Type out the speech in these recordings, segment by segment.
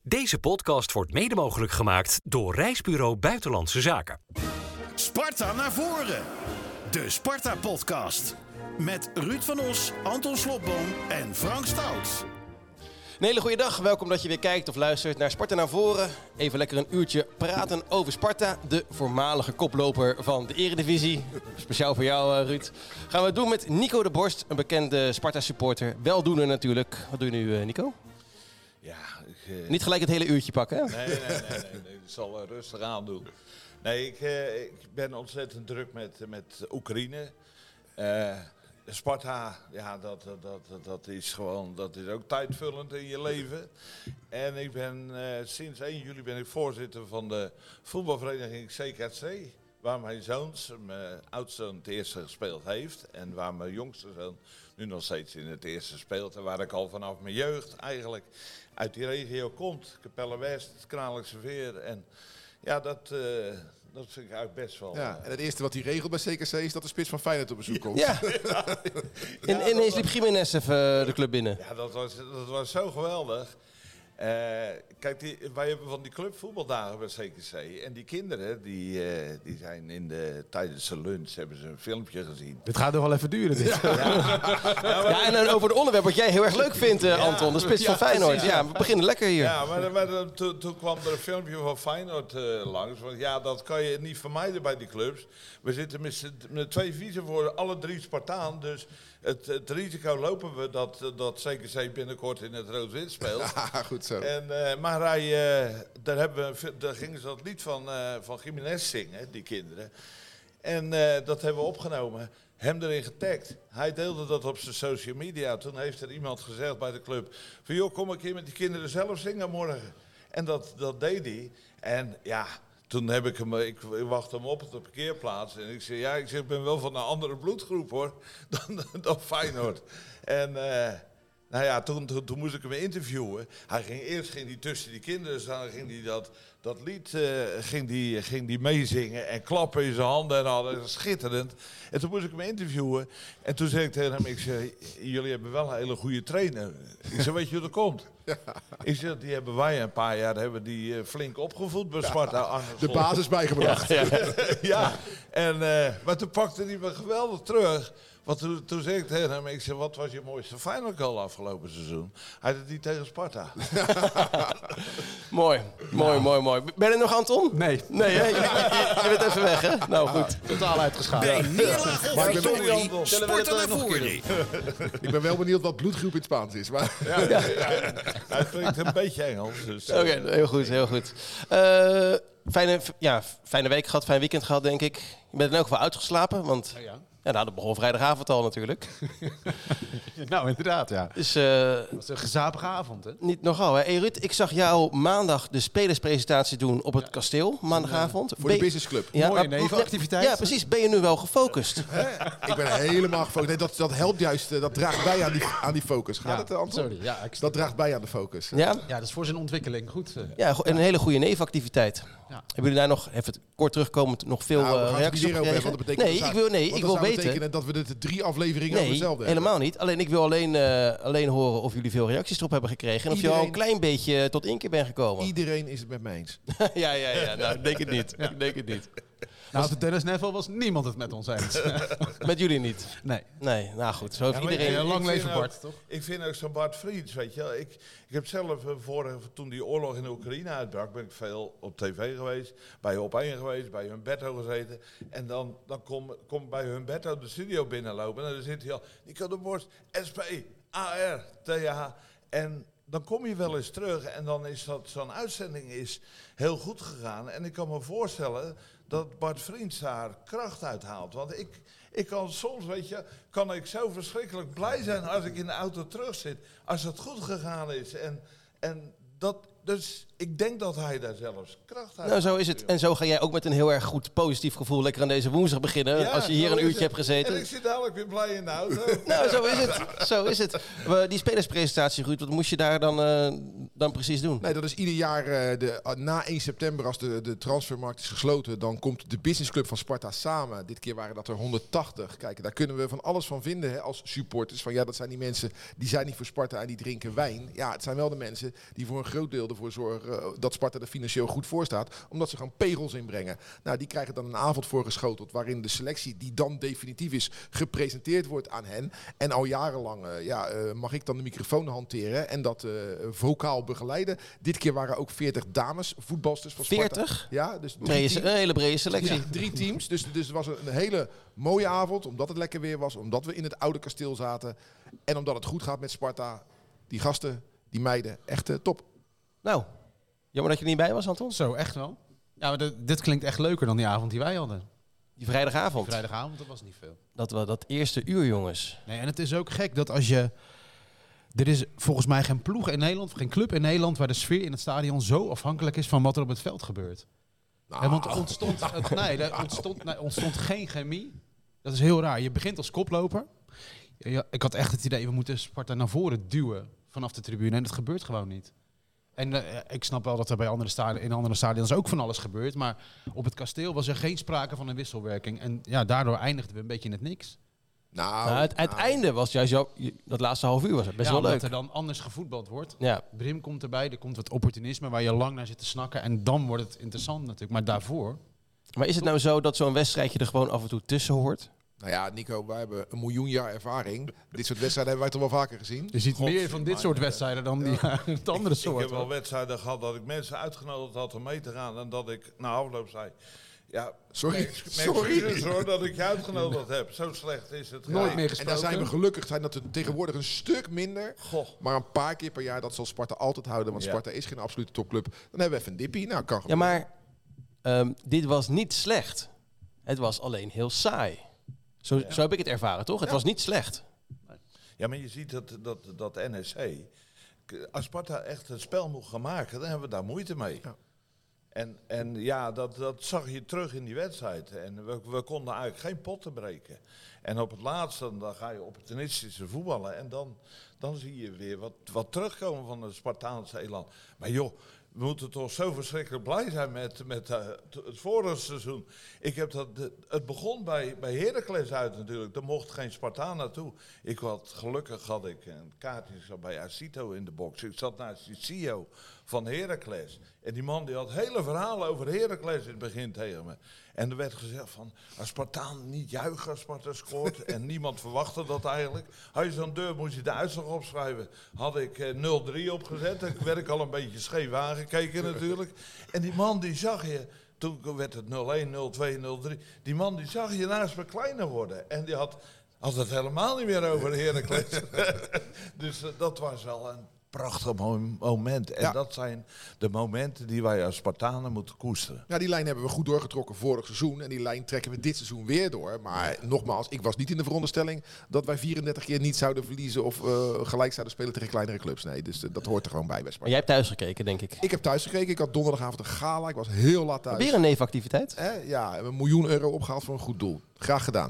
Deze podcast wordt mede mogelijk gemaakt door Reisbureau Buitenlandse Zaken. Sparta naar voren. De Sparta-podcast. Met Ruud van Os, Anton Slobboom en Frank Stout. Een hele goede dag. Welkom dat je weer kijkt of luistert naar Sparta naar voren. Even lekker een uurtje praten over Sparta. De voormalige koploper van de Eredivisie. Speciaal voor jou, Ruud. Gaan we het doen met Nico de Borst, een bekende Sparta-supporter. Weldoener natuurlijk. Wat doe je nu, Nico? Ja, Niet gelijk het hele uurtje pakken, hè? Nee, ik zal rustig aan doen. Nee, ik ben ontzettend druk met Oekraïne. Sparta, ja, dat is ook tijdvullend in je leven. En ik ben sinds 1 juli ben ik voorzitter van de voetbalvereniging CKC. Waar mijn oudste het eerste gespeeld heeft. En waar mijn jongste zoon nu nog steeds in het eerste speelt. En waar ik al vanaf mijn jeugd eigenlijk uit die regio komt. Capelle West, Kralingse Veer. En ja, dat vind ik eigenlijk best wel... Ja, en het eerste wat hij regelt bij CKC is dat de spits van Feyenoord op bezoek komt. Ja. Ineens liep Jiménez even de club binnen. Ja, dat was zo geweldig. Kijk, wij hebben van die clubvoetbaldagen bij CKC. En die kinderen, die zijn tijdens de lunch hebben ze een filmpje gezien. Dit gaat nog wel even duren, dit. Ja, en dan over het onderwerp wat jij heel erg leuk vindt, Anton. De spits van Feyenoord. Precies, ja, we beginnen lekker hier. Ja, maar toen kwam er een filmpje van Feyenoord langs. Want ja, dat kan je niet vermijden bij die clubs. We zitten met 2 vice voor alle 3 Spartaan. Dus het risico lopen we dat CKC binnenkort in het rood-wit speelt. Ja, goed zo. Maar daar gingen ze dat lied van Jiménez zingen, die kinderen. En dat hebben we opgenomen. Hem erin getagd. Hij deelde dat op zijn social media. Toen heeft er iemand gezegd bij de club van joh, kom een keer met die kinderen zelf zingen morgen. En dat deed hij. En ja, toen heb ik wachtte hem op de parkeerplaats. En ik zei, ik ben wel van een andere bloedgroep hoor, dan Feyenoord. En nou ja, toen moest ik hem interviewen. Eerst ging hij tussen die kinderen staan, dan ging hij dat lied ging die meezingen en klappen in zijn handen en alles, schitterend. En toen moest ik hem interviewen en toen zei ik tegen hem, jullie hebben wel een hele goede trainer. Ik zei, weet je hoe dat komt? Ja. Ik zeg, die hebben wij een paar jaar flink opgevoed bij Sparta. De basis bijgebracht. Ja. En, maar toen pakte hij me geweldig terug. Want toen zei ik tegen hem, wat was je mooiste Feyenoord goal afgelopen seizoen? Hij had die tegen Sparta. Mooi. Ben je er nog, Anton? Nee. Nee, hè? Je bent even weg, hè? Nou, goed. Totaal uitgeschakeld. Bij neerlaag of victorie, Sparta naar voren. Ik ben wel benieuwd wat bloedgroep in het Spaans is. Maar... Ja. Hij klinkt een beetje Engels. Dus, Oké, heel goed. Fijne week gehad, fijn weekend gehad, denk ik. Je bent in elk geval uitgeslapen, want... Ja, dat begon vrijdagavond al natuurlijk. Nou, inderdaad, ja. Dus, het was een gezapige avond, hè? Niet nogal, hè? Hey, Ruud, ik zag jou maandag de spelerspresentatie doen op het kasteel, maandagavond. Voor de businessclub. Ja, mooie nevenactiviteit. Ja, precies. Ben je nu wel gefocust? Ik ben helemaal gefocust. Nee, dat helpt juist, dat draagt bij aan die focus. Gaat het, Anton? Sorry, ja. Dat draagt bij aan de focus. Ja? Ja, dat is voor zijn ontwikkeling. Goed. Ja, en een hele goede nevenactiviteit. Ja. Hebben jullie daar nog, even kort terugkomend, nog veel We gaan reacties het op hier over gekregen? hebben. Ik wil weten. betekenen dat we de 3 afleveringen over hetzelfde hebben. Helemaal niet. Alleen ik wil alleen horen of jullie veel reacties erop hebben gekregen. En of je al een klein beetje tot inkeer bent gekomen. Iedereen is het met me eens. Ja. Nou, ik denk het niet. Ik denk het niet. Naast de Dennis Neville was niemand het met ons eens. Met jullie niet? Nee. Nee, nou goed. Zo heeft iedereen... Een lang leven Bart, toch? Ik vind ook zo'n Bart Vriends, weet je wel. Ik heb zelf toen die oorlog in de Oekraïne uitbrak, ben ik veel op tv geweest, bij Op1 geweest, bij Humberto gezeten. En dan kom bij Humberto de studio binnenlopen en dan zit hij al, Nico de Borst, SP, AR, TH. En dan kom je wel eens terug en dan is zo'n uitzending is heel goed gegaan. En ik kan me voorstellen dat Bart Vriends daar kracht uit haalt. Want ik kan soms, kan ik zo verschrikkelijk blij zijn als ik in de auto terug zit. Als het goed gegaan is. En dus ik denk dat hij daar zelfs kracht uit. Nou, zo is het. En zo ga jij ook met een heel erg goed positief gevoel lekker aan deze woensdag beginnen. Ja, als je hier een uurtje hebt gezeten. En ik zit dadelijk weer blij in de auto. Nou, zo is het. Die spelerspresentatie, Ruud, wat moest je daar dan dan precies doen? Nee, dat is ieder jaar na 1 september, als de transfermarkt is gesloten, dan komt de businessclub van Sparta samen. Dit keer waren dat er 180. Kijk, daar kunnen we van alles van vinden, hè, als supporters. Van ja, dat zijn die mensen die zijn niet voor Sparta en die drinken wijn. Ja, het zijn wel de mensen die voor een groot deel ervoor zorgen dat Sparta er financieel goed voor staat. Omdat ze gewoon pegels inbrengen. Nou, die krijgen dan een avond voorgeschoteld waarin de selectie die dan definitief is gepresenteerd wordt aan hen. En al jarenlang mag ik dan de microfoon hanteren en dat vocaal begeleiden. Dit keer waren ook 40 dames voetbalsters van Sparta. 40? Ja, dus Een hele brede selectie. ja, 3 teams. Dus het was een hele mooie avond. Omdat het lekker weer was. Omdat we in het oude kasteel zaten. En omdat het goed gaat met Sparta. Die gasten, die meiden, echt top. Nou, jammer dat je er niet bij was, Anton. Zo, echt wel. Ja, maar dit klinkt echt leuker dan die avond die wij hadden. Die vrijdagavond. Vrijdagavond, dat was niet veel. Dat eerste uur, jongens. Nee, en het is ook gek dat als je... Er is volgens mij geen ploeg in Nederland, geen club in Nederland waar de sfeer in het stadion zo afhankelijk is van wat er op het veld gebeurt. Nou, Want er ontstond geen chemie. Dat is heel raar. Je begint als koploper. Ik had echt het idee, we moeten Sparta naar voren duwen vanaf de tribune. En dat gebeurt gewoon niet. En ik snap wel dat er bij in andere stadions ook van alles gebeurt. Maar op het kasteel was er geen sprake van een wisselwerking. En ja, daardoor eindigden we een beetje in het niks. Het einde was juist dat laatste half uur was het best wel leuk. Dat er dan anders gevoetbald wordt. Ja. Brim komt erbij, er komt wat opportunisme waar je lang naar zit te snakken. En dan wordt het interessant natuurlijk. Maar daarvoor... Maar is het nou zo dat zo'n wedstrijdje er gewoon af en toe tussen hoort? Nou ja, Nico, wij hebben 1 miljoen jaar ervaring. Dit soort wedstrijden hebben wij toch wel vaker gezien. Je ziet meer van dit soort wedstrijden dan het andere soort. Ik heb wel wedstrijden gehad dat ik mensen uitgenodigd had om mee te gaan. En dat ik na afloop zei... Ja, sorry hoor, dat ik je uitgenodigd heb. Zo slecht is het. Nooit meer gesproken. En daar zijn we gelukkig dat er tegenwoordig een stuk minder. Maar een paar keer per jaar, dat zal Sparta altijd houden. Want Sparta is geen absolute topclub. Dan hebben we even een dippie. Nou, kan gebeuren. Ja, maar dit was niet slecht. Het was alleen heel saai. Zo heb ik het ervaren, toch? Het was niet slecht. Ja, maar je ziet dat NSC... Als Sparta echt een spel moet gaan maken, dan hebben we daar moeite mee. Ja. En ja, dat zag je terug in die wedstrijd. En we konden eigenlijk geen potten breken. En op het laatste, dan ga je opportunistische voetballen. En dan zie je weer wat terugkomen van het Spartaanse elan. Maar joh, we moeten toch zo verschrikkelijk blij zijn met het vorige seizoen. Het begon bij Heracles uit natuurlijk. Er mocht geen Spartaan naartoe. Gelukkig had ik een kaartje bij Acito in de box. Ik zat naast Cicio van Heracles. En die man die had hele verhalen over Heracles in het begin tegen me. En er werd gezegd van, als Spartaan niet juichen als Sparta scoort. En niemand verwachtte dat eigenlijk. Had je zo'n deur, moest je de uitslag opschrijven. Had ik 0-3 opgezet. Dan werd ik al een beetje scheef aangekeken natuurlijk. En die man die zag je, toen werd het 0-1, 0-2, 0-3. Die man die zag je naast me kleiner worden. En die had het helemaal niet meer over Heracles. Dus dat was wel een prachtig moment. En dat zijn de momenten die wij als Spartanen moeten koesteren. Ja, die lijn hebben we goed doorgetrokken vorig seizoen. En die lijn trekken we dit seizoen weer door. Maar nogmaals, ik was niet in de veronderstelling dat wij 34 keer niet zouden verliezen of gelijk zouden spelen tegen kleinere clubs. Nee, dus dat hoort er gewoon bij Sparta. Maar jij hebt thuis gekeken, denk ik. Ik heb thuis gekeken. Ik had donderdagavond een gala. Ik was heel laat thuis. Weer een nevenactiviteit? Ja, €1 miljoen opgehaald voor een goed doel. Graag gedaan.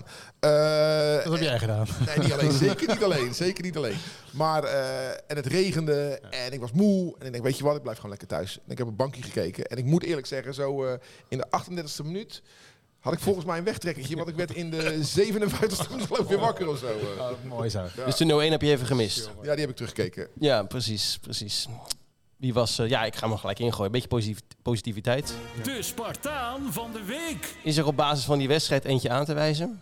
Dat heb jij gedaan. Nee, niet alleen. Zeker niet alleen. Maar en het regende en ik was moe. En ik denk, weet je wat, ik blijf gewoon lekker thuis. En ik heb op een bankje gekeken. En ik moet eerlijk zeggen, zo in de 38e minuut had ik volgens mij een wegtrekkertje. Want ik werd in de 57e minuut geloof ik weer wakker of zo. Mooi zo. Ja. Dus de 0-1 heb je even gemist? Ja, die heb ik teruggekeken. Ja, precies. Wie was... ik ga hem gelijk ingooien. Een beetje positiviteit. De Spartaan van de week. Is er op basis van die wedstrijd eentje aan te wijzen?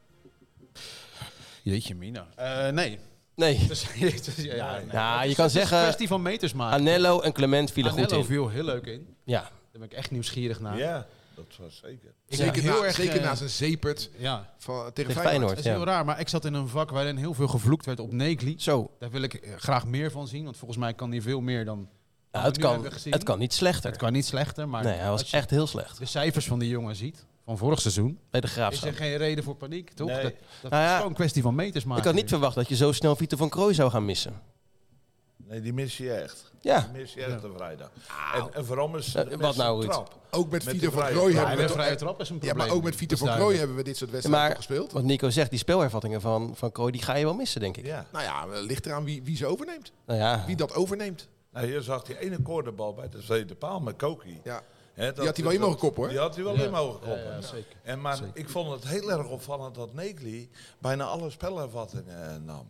Jeetje mina. Nee. Nee. Je kan zeggen... Het is een kwestie van meters maken. Anello en Clement vielen goed in. Anello viel heel leuk in. Ja. Daar ben ik echt nieuwsgierig naar. Ja, dat was zeker. Zeker na zijn zeepert tegen Feyenoord. Dat is heel raar, maar ik zat in een vak waarin heel veel gevloekt werd op Negli. Zo. Daar wil ik graag meer van zien, want volgens mij kan hij veel meer dan... Het kan niet slechter. Het kan niet slechter, maar... Nee, hij was echt heel slecht. De cijfers van die jongen ziet, van vorig seizoen... Bij de Graafschap. Is er geen reden voor paniek, toch? Nee. Dat is gewoon een kwestie van meters maken. Ik had niet verwacht dat je zo snel Vito van Krooi zou gaan missen. Nee, die mis je echt. Ja. Die mis je echt op vrijdag. En vooral is wat nou, trap. Ook met Vito van Krooi hebben we... De vrije trap is een probleem. Ja, maar ook met Vito van Krooi hebben we dit soort wedstrijden gespeeld. Wat Nico zegt, die speelhervattingen van Krooi, die ga je wel missen, denk ik. Ja. Nou ja, ligt eraan wie ze overneemt. Nou ja. Wie dat overneemt. Nou, hier zag die ene cornerbal bij de tweede paal met Koki. Ja. Hè, Die had hij wel in mogen koppen, hoor. Die had hij wel in mogen koppen. Ja, zeker. Maar Zeker. ik vond het heel erg opvallend dat Negli bijna alle spelervattingen nam.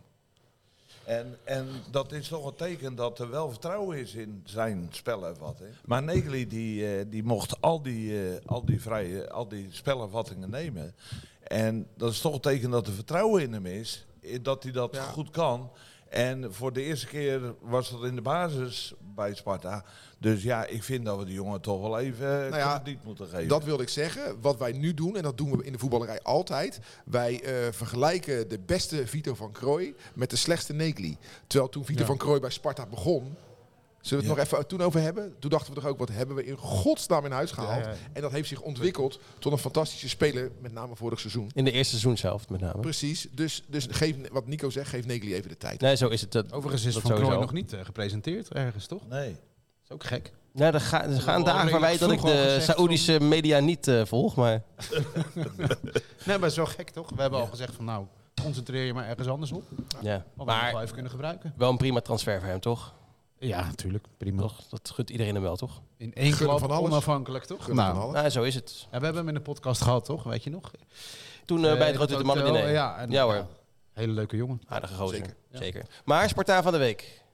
En dat is toch een teken dat er wel vertrouwen is in zijn spelervatting. Maar Negli die mocht al die spelervattingen nemen. En dat is toch een teken dat er vertrouwen in hem is. Dat hij dat goed kan. En voor de eerste keer was dat in de basis bij Sparta. Dus ja, ik vind dat we die jongen toch wel even krediet moeten geven. Dat wilde ik zeggen. Wat wij nu doen, en dat doen we in de voetballerij altijd. Wij vergelijken de beste Vito van Krooi met de slechtste Negli. Terwijl toen Vito van Krooi bij Sparta begon... Zullen we het nog even toen over hebben? Toen dachten we toch ook, wat hebben we in godsnaam in huis gehaald? Ja. En dat heeft zich ontwikkeld tot een fantastische speler, met name vorig seizoen. In de eerste seizoenshelft met name. Precies. Dus geef, wat Nico zegt, geef Negli even de tijd. Nee, zo is het. Overigens is Van Krooi nog niet gepresenteerd ergens, toch? Nee. Dat is ook gek. Ja, er gaan dagen voorbij dat ik de Saoedische media niet volg, maar... Nee, maar het is wel gek, toch? We hebben al gezegd van, nou, concentreer je maar ergens anders op. Ja, Wat we nog wel even kunnen gebruiken. Wel een prima transfer voor hem, toch? Ja, natuurlijk. Prima. Toch? Dat gunt iedereen hem wel, toch? In één klap van alles. onafhankelijk, toch? Nou, zo is het. Ja, we hebben hem in de podcast gehad, toch? Weet je nog? Toen bij het Rotterdam Mannen diner. Ja, hoor. Hele leuke jongen. Aardige gozer. Zeker. Zeker. Maar Spartaan van de week.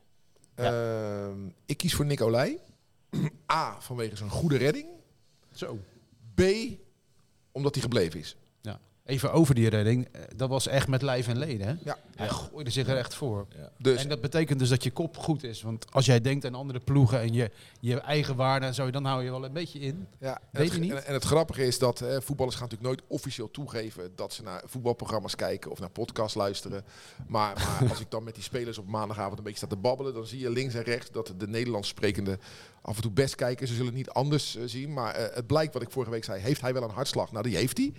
Ik kies voor Nicolai. A, vanwege zijn goede redding. Zo. B, omdat hij gebleven is. Ja. Even over die redding. Dat was echt met lijf en leden, hè? Ja. Hij gooide zich er echt voor. Ja. Dus, En dat betekent dus dat je kop goed is. Want als jij denkt aan andere ploegen en je eigen waarde en zo, dan hou je wel een beetje in. ja, Weet je niet? En het grappige is dat voetballers gaan natuurlijk nooit officieel toegeven dat ze naar voetbalprogramma's kijken of naar podcasts luisteren. Maar als ik dan met die spelers op maandagavond een beetje sta te babbelen, dan zie je links en rechts dat de Nederlands sprekende af en toe best kijken. Ze zullen het niet anders zien, maar het blijkt wat ik vorige week zei. Heeft hij wel een hartslag? Nou, die heeft hij.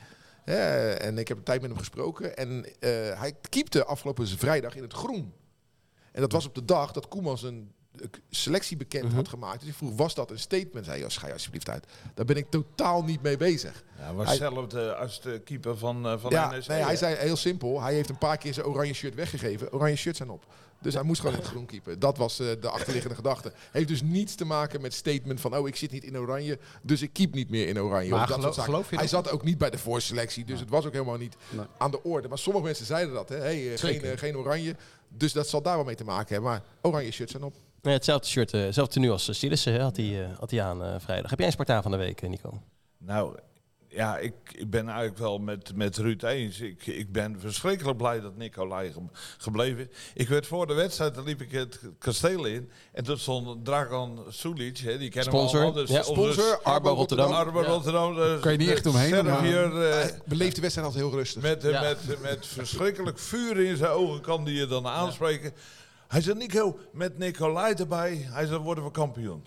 En ik heb een tijd met hem gesproken. En hij keepte afgelopen vrijdag in het groen. En dat was op de dag dat Koeman een selectie bekend had gemaakt. Dus ik vroeg, was dat een statement? Zei hij, schei alsjeblieft uit. Daar ben ik totaal niet mee bezig. Ja, was hetzelfde als de keeper van NEC. Nee, hij zei heel simpel. Hij heeft een paar keer zijn oranje shirt weggegeven. Oranje shirts zijn op. Dus hij moest gewoon in het groen keepen. Dat was de achterliggende gedachte. Heeft dus niets te maken met statement van... ik zit niet in oranje, dus ik keep niet meer in oranje. Maar of dat soort zaken. geloof je Hij dat? zat ook niet bij de voorselectie, dus het was ook helemaal niet aan de orde. Maar sommige mensen zeiden dat. Hè? Geen oranje. Dus dat zal daar wel mee te maken hebben. Maar oranje shirts zijn op. Nee, hetzelfde shirt, hetzelfde tenue als Stilissen had hij aan vrijdag. Heb jij een Spartaan van de week, Nico? Nou, ja, ik ben eigenlijk wel met Ruud eens. Ik ben verschrikkelijk blij dat Nicolai gebleven is. Ik werd voor de wedstrijd, dan liep ik het kasteel in. En toen stond Dragan Sulic, die kennen Sponsor. we allemaal. Dus Sponsor, Arbo Rotterdam. Arbo Rotterdam. Kan je niet echt omheen, Servier, Beleefde de wedstrijd altijd heel rustig. met verschrikkelijk vuur in zijn ogen kan die je dan aanspreken. Hij zei, Nico, met Nicolai erbij. Hij zei, worden we kampioen.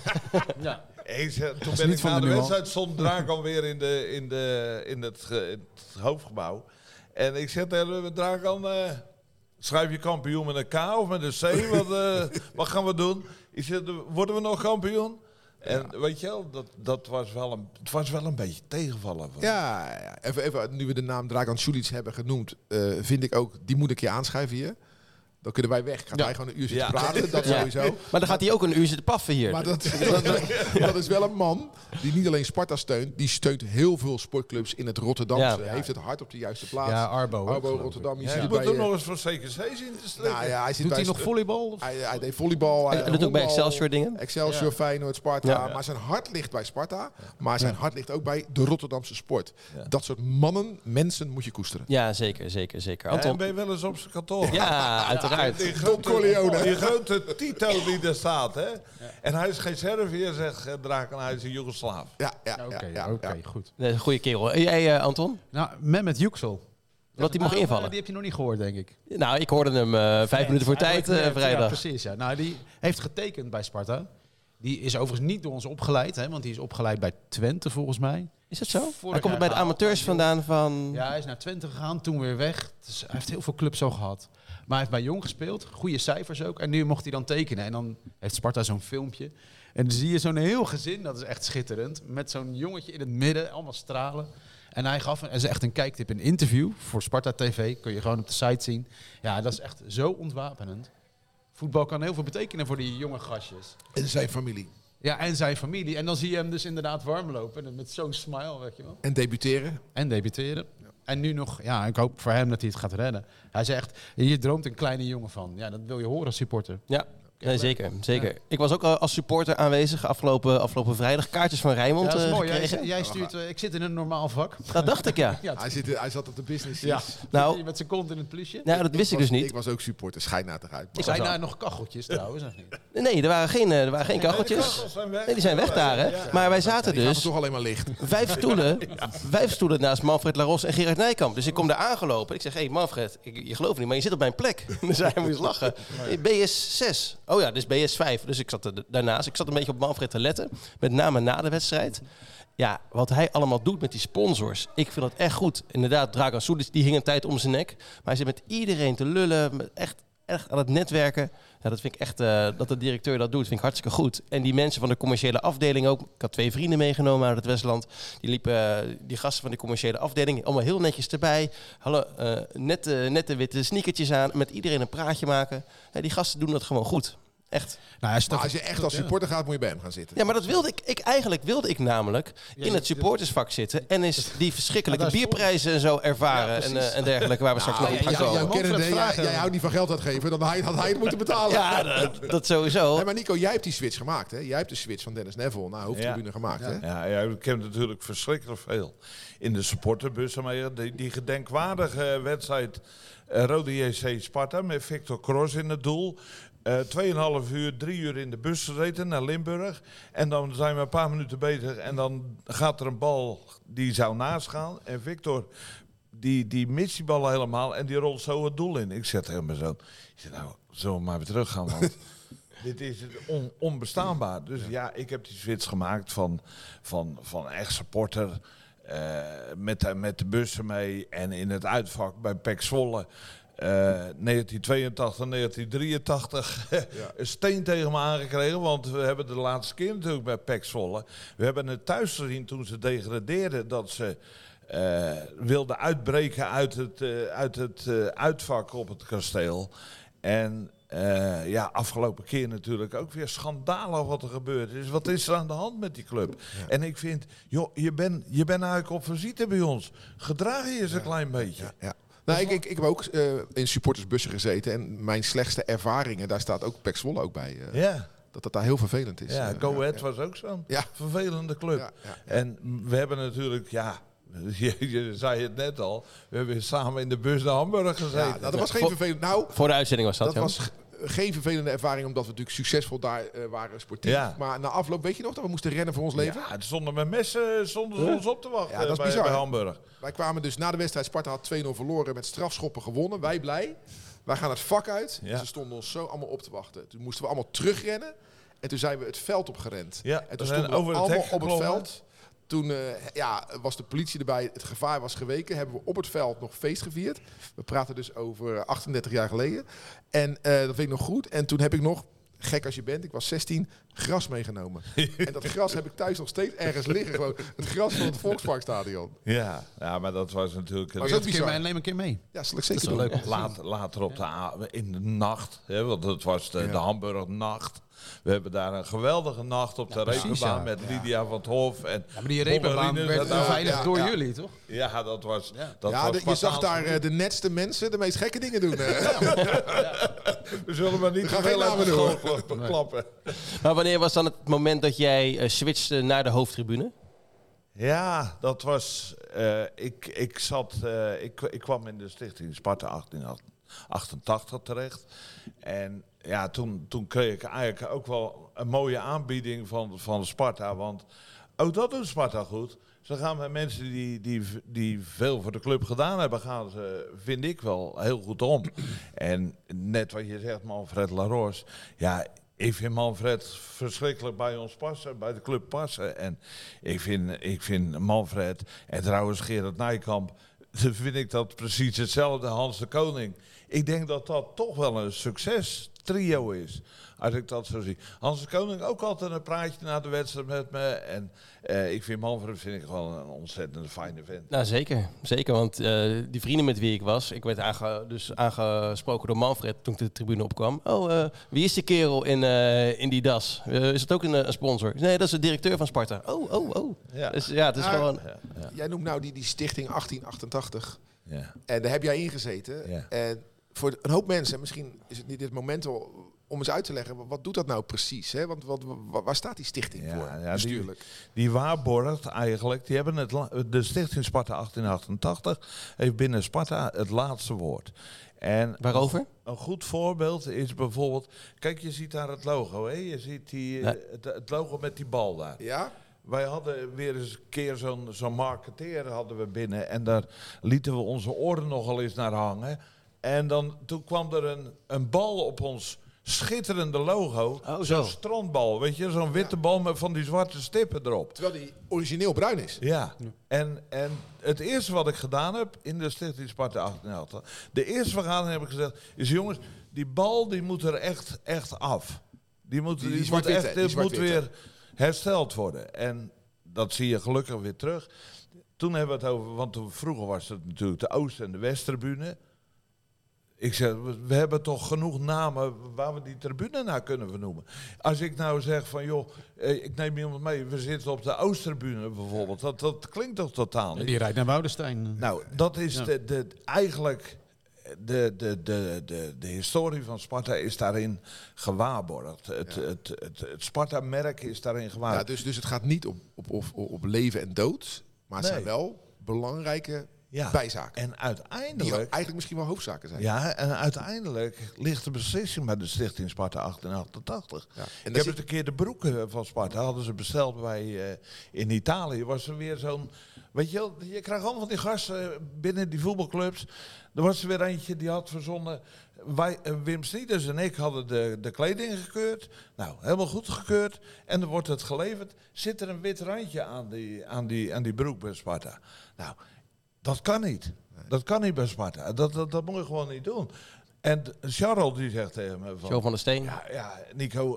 Ja. Toen ben ik na de wedstrijd, stond Dragan weer in het hoofdgebouw. En ik zeg tegen Dragan, schrijf je kampioen met een K of met een C? Wat gaan we doen? Ik zeg, worden we nog kampioen? En weet je wel, dat was wel een beetje tegenvallen. Ja. Even, nu we de naam Dragan Sulic hebben genoemd, vind ik ook, die moet ik je aanschuiven hier. Dan kunnen wij weg. Gaat hij gewoon een uur zitten praten, dat sowieso. Maar dan gaat hij ook een uur zitten paffen hier. Maar dat is wel een man die niet alleen Sparta steunt, die steunt heel veel sportclubs in het Rotterdamse. Hij heeft het hart op de juiste plaats. Ja, Arbo Rotterdam. Je moet hem nog eens voor CKC zien te strekken. Nou ja, Doet hij nog volleybal? Hij deed volleybal. Hij doet ook bij Excelsior dingen. Excelsior, Feyenoord, Sparta. Ja. Maar zijn hart ligt bij Sparta. Maar zijn hart ligt ook bij de Rotterdamse sport. Ja. Dat soort mensen moet je koesteren. Ja, zeker. Anton? En ben je wel eens op zijn kantoor? Ja, uiteraard. Die grote Tito die er staat, hè? Ja. En hij is geen Serviër, zegt Draken, hij is een Joegoslaaf. Oké, goed. Een goede kerel. En jij, Anton? Nou, Mehmet Yüksel. Dat hij mocht invallen? Die heb je nog niet gehoord, denk ik. Nou, ik hoorde hem 5 minuten voor tijd vrijdag. Ja, precies. Ja. Nou, die heeft getekend bij Sparta. Die is overigens niet door ons opgeleid, hè, want die is opgeleid bij Twente, volgens mij. Is dat zo? Hij komt bij de amateurs vandaan van... Ja, hij is naar Twente gegaan, toen weer weg. Dus hij heeft heel veel clubs zo gehad. Maar hij heeft bij Jong gespeeld, goede cijfers ook. En nu mocht hij dan tekenen. En dan heeft Sparta zo'n filmpje. En dan zie je zo'n heel gezin, dat is echt schitterend. Met zo'n jongetje in het midden, allemaal stralen. En hij gaf, en dat is echt een kijktip, een interview voor Sparta TV. Kun je gewoon op de site zien. Ja, dat is echt zo ontwapenend. Voetbal kan heel veel betekenen voor die jonge gastjes. En zijn familie. Ja, en zijn familie. En dan zie je hem dus inderdaad warm lopen. Met zo'n smile, weet je wel. En debuteren. En debuteren. Ja. En nu nog, ik hoop voor hem dat hij het gaat redden. Hij zegt, hier droomt een kleine jongen van. Ja, dat wil je horen als supporter. Ja. Nee, zeker. Ja. Ik was ook als supporter aanwezig afgelopen vrijdag. Kaartjes van Rijnmond dat is mooi. gekregen. Jij stuurt, ik zit in een normaal vak. Dat dacht ik, ja. Hij zat op de business. Ja. Nou, met zijn kont in het plusje. Nou, dat wist ik dus niet. Ik was ook supporter. Schijt nou toch uit. Zijn daar nog kacheltjes trouwens? Of niet? Nee, er waren geen kacheltjes. Nee, die zijn weg daar, hè. Ja. Maar wij zaten dus... toch alleen maar licht. 5 stoelen naast Manfred Laros en Gerard Nijkamp. Dus ik kom daar aangelopen. Ik zeg, hey Manfred, je gelooft niet, maar je zit op mijn plek. Dus hij moest lachen. BS6. Oh ja, dus BS5. Dus ik zat daarnaast. Ik zat een beetje op Manfred te letten. Met name na de wedstrijd. Ja, wat hij allemaal doet met die sponsors. Ik vind dat echt goed. Inderdaad, Dragan Sulic, die hing een tijd om zijn nek. Maar hij zit met iedereen te lullen. Echt aan het netwerken. Ja, dat vind ik echt, dat de directeur dat doet, vind ik hartstikke goed. En die mensen van de commerciële afdeling ook. Ik had 2 vrienden meegenomen uit het Westland. Die liepen, die gasten van de commerciële afdeling, allemaal heel netjes erbij. Hadden nette witte sneakertjes aan. Met iedereen een praatje maken. Ja, die gasten doen dat gewoon goed. Echt. Nou, als je echt als supporter gaat, moet je bij hem gaan zitten. Ja, maar dat wilde ik. Eigenlijk wilde ik namelijk in het supportersvak zitten. En eens die verschrikkelijke bierprijzen en zo ervaren. En dergelijke, waar we straks nog op gaan komen. Jij houdt niet van geld uitgeven, dan had hij het moeten betalen. Ja, dat sowieso. Hey, maar Nico, jij hebt die switch gemaakt, hè? Jij hebt de switch van Dennis Neville naar hoofdtribune gemaakt, hè? Ja, ik heb natuurlijk verschrikkelijk veel in de supporterbussen. Maar die gedenkwaardige wedstrijd Rode JC Sparta met Victor Cross in het doel. 2,5 uur, 3 uur in de bus gezeten naar Limburg. En dan zijn we een paar minuten bezig. En dan gaat er een bal die zou naast gaan. En Victor, die mist die bal helemaal. En die rolt zo het doel in. Ik zeg tegen mijn zoon, zullen we maar weer terug gaan. Want dit is onbestaanbaar. Dus ja, ik heb die switch gemaakt van echt supporter. Met de bussen mee. En in het uitvak bij PEC Zwolle. 1982, 1983 een steen tegen me aangekregen. Want we hebben de laatste keer natuurlijk bij PEC Zwolle. We hebben het thuis gezien toen ze degradeerden. Dat ze wilden uitbreken uit het uitvak op het kasteel. En afgelopen keer natuurlijk ook weer schandalig wat er gebeurd is. Wat is er aan de hand met die club? Ja. En ik vind, je bent eigenlijk op visite bij ons. Gedraag je eens een klein beetje. Ja. Nou, ik heb ook in supportersbussen gezeten. En mijn slechtste ervaringen, daar staat ook PEC Zwolle ook bij. Dat daar heel vervelend is. Ja, Go Ahead was ook zo'n vervelende club. Ja. En we hebben natuurlijk, je zei het net al, we hebben samen in de bus naar Hamburg gezeten. Ja, dat was geen vervelend. Nou, voor de uitzending was dat. Dat was geen vervelende ervaring, omdat we natuurlijk succesvol daar waren sportief. Ja. Maar na afloop, weet je nog dat we moesten rennen voor ons leven? Ja, er stonden met messen ons op te wachten dat is bizar, bij Hamburg. Wij kwamen dus na de wedstrijd, Sparta had 2-0 verloren, met strafschoppen gewonnen. Wij blij. Wij gaan het vak uit. Ja. Ze stonden ons zo allemaal op te wachten. Toen moesten we allemaal terugrennen. En toen zijn we het veld opgerend. Ja, en toen stonden we allemaal op het veld. Toen was de politie erbij, het gevaar was geweken. Hebben we op het veld nog feest gevierd. We praten dus over 38 jaar geleden. En dat vind ik nog goed. En toen heb ik nog, gek als je bent, ik was 16, gras meegenomen. En dat gras heb ik thuis nog steeds ergens liggen. Gewoon het gras van het Volksparkstadion. Ja, maar dat was natuurlijk... Neem een keer mee. Ja, zal ik zeker doen. Leuk. Later in de nacht, want het was de Hamburg-nacht. We hebben daar een geweldige nacht op de repenbaan met Lydia van het Hof. En maar die repenbaan werd beveiligd door jullie, toch? Ja, dat was... Je zag daar de netste mensen de meest gekke dingen doen. We zullen maar niet klappen. Maar wanneer was dan het moment dat jij switchte naar de hoofdtribune? Ja, dat was... Ik kwam in de stichting Sparta 1888 terecht. En ja, toen kreeg ik eigenlijk ook wel een mooie aanbieding van Sparta. Want ook dat doet Sparta goed. Ze gaan met mensen die veel voor de club gedaan hebben, gaan ze, vind ik wel, heel goed om. En net wat je zegt, Manfred Laros. Ja, ik vind Manfred verschrikkelijk bij ons passen, bij de club passen. En ik vind Manfred en trouwens Gerard Nijkamp, dan vind ik dat precies hetzelfde. Hans de Koning. Ik denk dat dat toch wel een succes-trio is. Als ik dat zo zie. Hans de Koning ook altijd een praatje na de wedstrijd met me. En ik vind Manfred gewoon een ontzettend fijne vent. Nou, zeker. Zeker, want die vrienden met wie ik was... Ik werd aangesproken door Manfred toen ik de tribune opkwam. Wie is die kerel in die das? Is het ook een sponsor? Nee, dat is de directeur van Sparta. Oh. Ja. Dus ja, het is gewoon... Ja. Jij noemt nou die stichting 1888. Ja. En daar heb jij in gezeten. Ja. En voor een hoop mensen, misschien is het niet dit moment om eens uit te leggen, wat doet dat nou precies? Hè? Want waar staat die stichting voor, bestuurlijk? Die waarborgt eigenlijk, die hebben de stichting Sparta 1888 heeft binnen Sparta het laatste woord. En Waarover? Een goed voorbeeld is bijvoorbeeld, kijk, je ziet daar het logo, hè? Je ziet het logo met die bal daar. Ja? Wij hadden weer eens een keer zo'n marketeer hadden we binnen en daar lieten we onze oren nogal eens naar hangen. En toen kwam er een bal op ons schitterende logo. Zo'n strandbal, weet je, zo'n witte bal met van die zwarte stippen erop. Terwijl die origineel bruin is. Ja, en het eerste wat ik gedaan heb in de stichting Sparta 1888, de eerste vergadering heb ik gezegd, is jongens, die bal die moet er echt af. Die moet weer hersteld worden. En dat zie je gelukkig weer terug. Toen hebben we het over, want vroeger was het natuurlijk de Oost- en de Westtribune. Ik zeg, we hebben toch genoeg namen waar we die tribune naar kunnen vernoemen. Als ik nou zeg van, joh, ik neem iemand mee, we zitten op de Oosttribune bijvoorbeeld. Dat klinkt toch totaal niet? Die rijdt naar Woudenstein. Nou, dat is eigenlijk de historie van Sparta is daarin gewaarborgd. Het Sparta-merk is daarin gewaarborgd. Ja, dus het gaat niet op leven en dood, maar het zijn wel belangrijke bijzaken. En uiteindelijk... Die eigenlijk misschien wel hoofdzaken zijn. Ja, en uiteindelijk ligt de beslissing bij de stichting Sparta 1888. Ja. Ik heb eens een keer de broeken van Sparta, hadden ze besteld bij in Italië. Was er weer zo'n... Weet je wel, je krijgt allemaal van die gasten binnen die voetbalclubs. Er was er weer eentje die had verzonnen... Wim Snieders en ik hadden de kleding gekeurd. Nou, helemaal goed gekeurd. En dan wordt het geleverd. Zit er een wit randje aan die broek bij Sparta. Nou... Dat kan niet. Dat kan niet bij Sparta. Dat moet je gewoon niet doen. En Charles die zegt tegen me van... Jo van der Steen. Ja, Nico,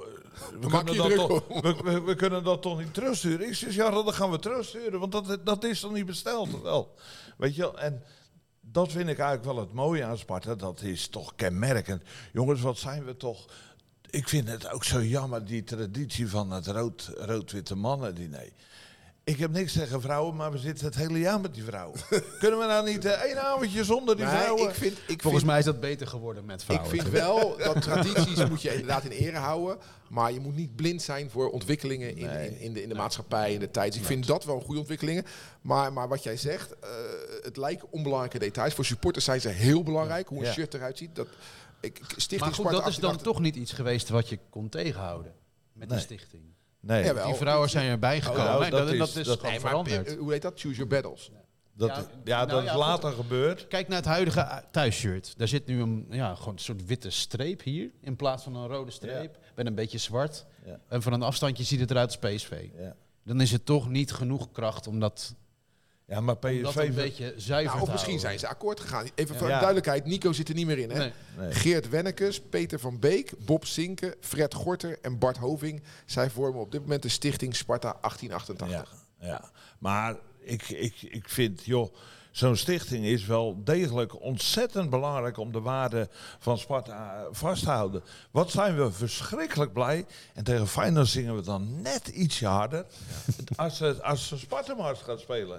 we kunnen dat toch niet terugsturen? Ik zeg, Charles, dan gaan we terugsturen. Want dat is toch niet besteld? Wel. Weet je wel? En dat vind ik eigenlijk wel het mooie aan Sparta. Dat is toch kenmerkend. Jongens, wat zijn we toch... Ik vind het ook zo jammer, die traditie van het rood-witte mannen-diner. Ik heb niks tegen vrouwen, maar we zitten het hele jaar met die vrouwen. Kunnen we nou niet één avondje zonder die vrouwen? Volgens mij is dat beter geworden met vrouwen. Ik vind wel dat tradities moet je inderdaad in ere houden. Maar je moet niet blind zijn voor ontwikkelingen in de maatschappij, in de tijd. Dus ik vind dat wel goede ontwikkelingen. Maar wat jij zegt, het lijken onbelangrijke details. Voor supporters zijn ze heel belangrijk, hoe een shirt eruit ziet. Maar goed, dat is dan toch niet iets geweest wat je kon tegenhouden met de stichting. Nee. Die vrouwen zijn erbij gekomen. Dat is gewoon veranderd. Hoe heet dat? Choose your battles. Dat is later gebeurd. Kijk naar het huidige thuisshirt. Daar zit nu gewoon een soort witte streep hier. In plaats van een rode streep. Met een beetje zwart. Ja. En van een afstandje ziet het eruit als PSV. Ja. Dan is het toch niet genoeg kracht om dat... Ja, maar PSV een beetje zuiver of misschien zijn ze akkoord gegaan. Even voor duidelijkheid, Nico zit er niet meer in. Hè? Nee. Geert Wennekes, Peter van Beek, Bob Sinke, Fred Gorter en Bart Hoving. Zij vormen op dit moment de stichting Sparta 1888. Ja. Maar ik vind, zo'n stichting is wel degelijk ontzettend belangrijk om de waarde van Sparta vast te houden. Wat zijn we verschrikkelijk blij. En tegen Feyenoord zingen we dan net ietsje harder. Als ze Sparta-mars gaat spelen.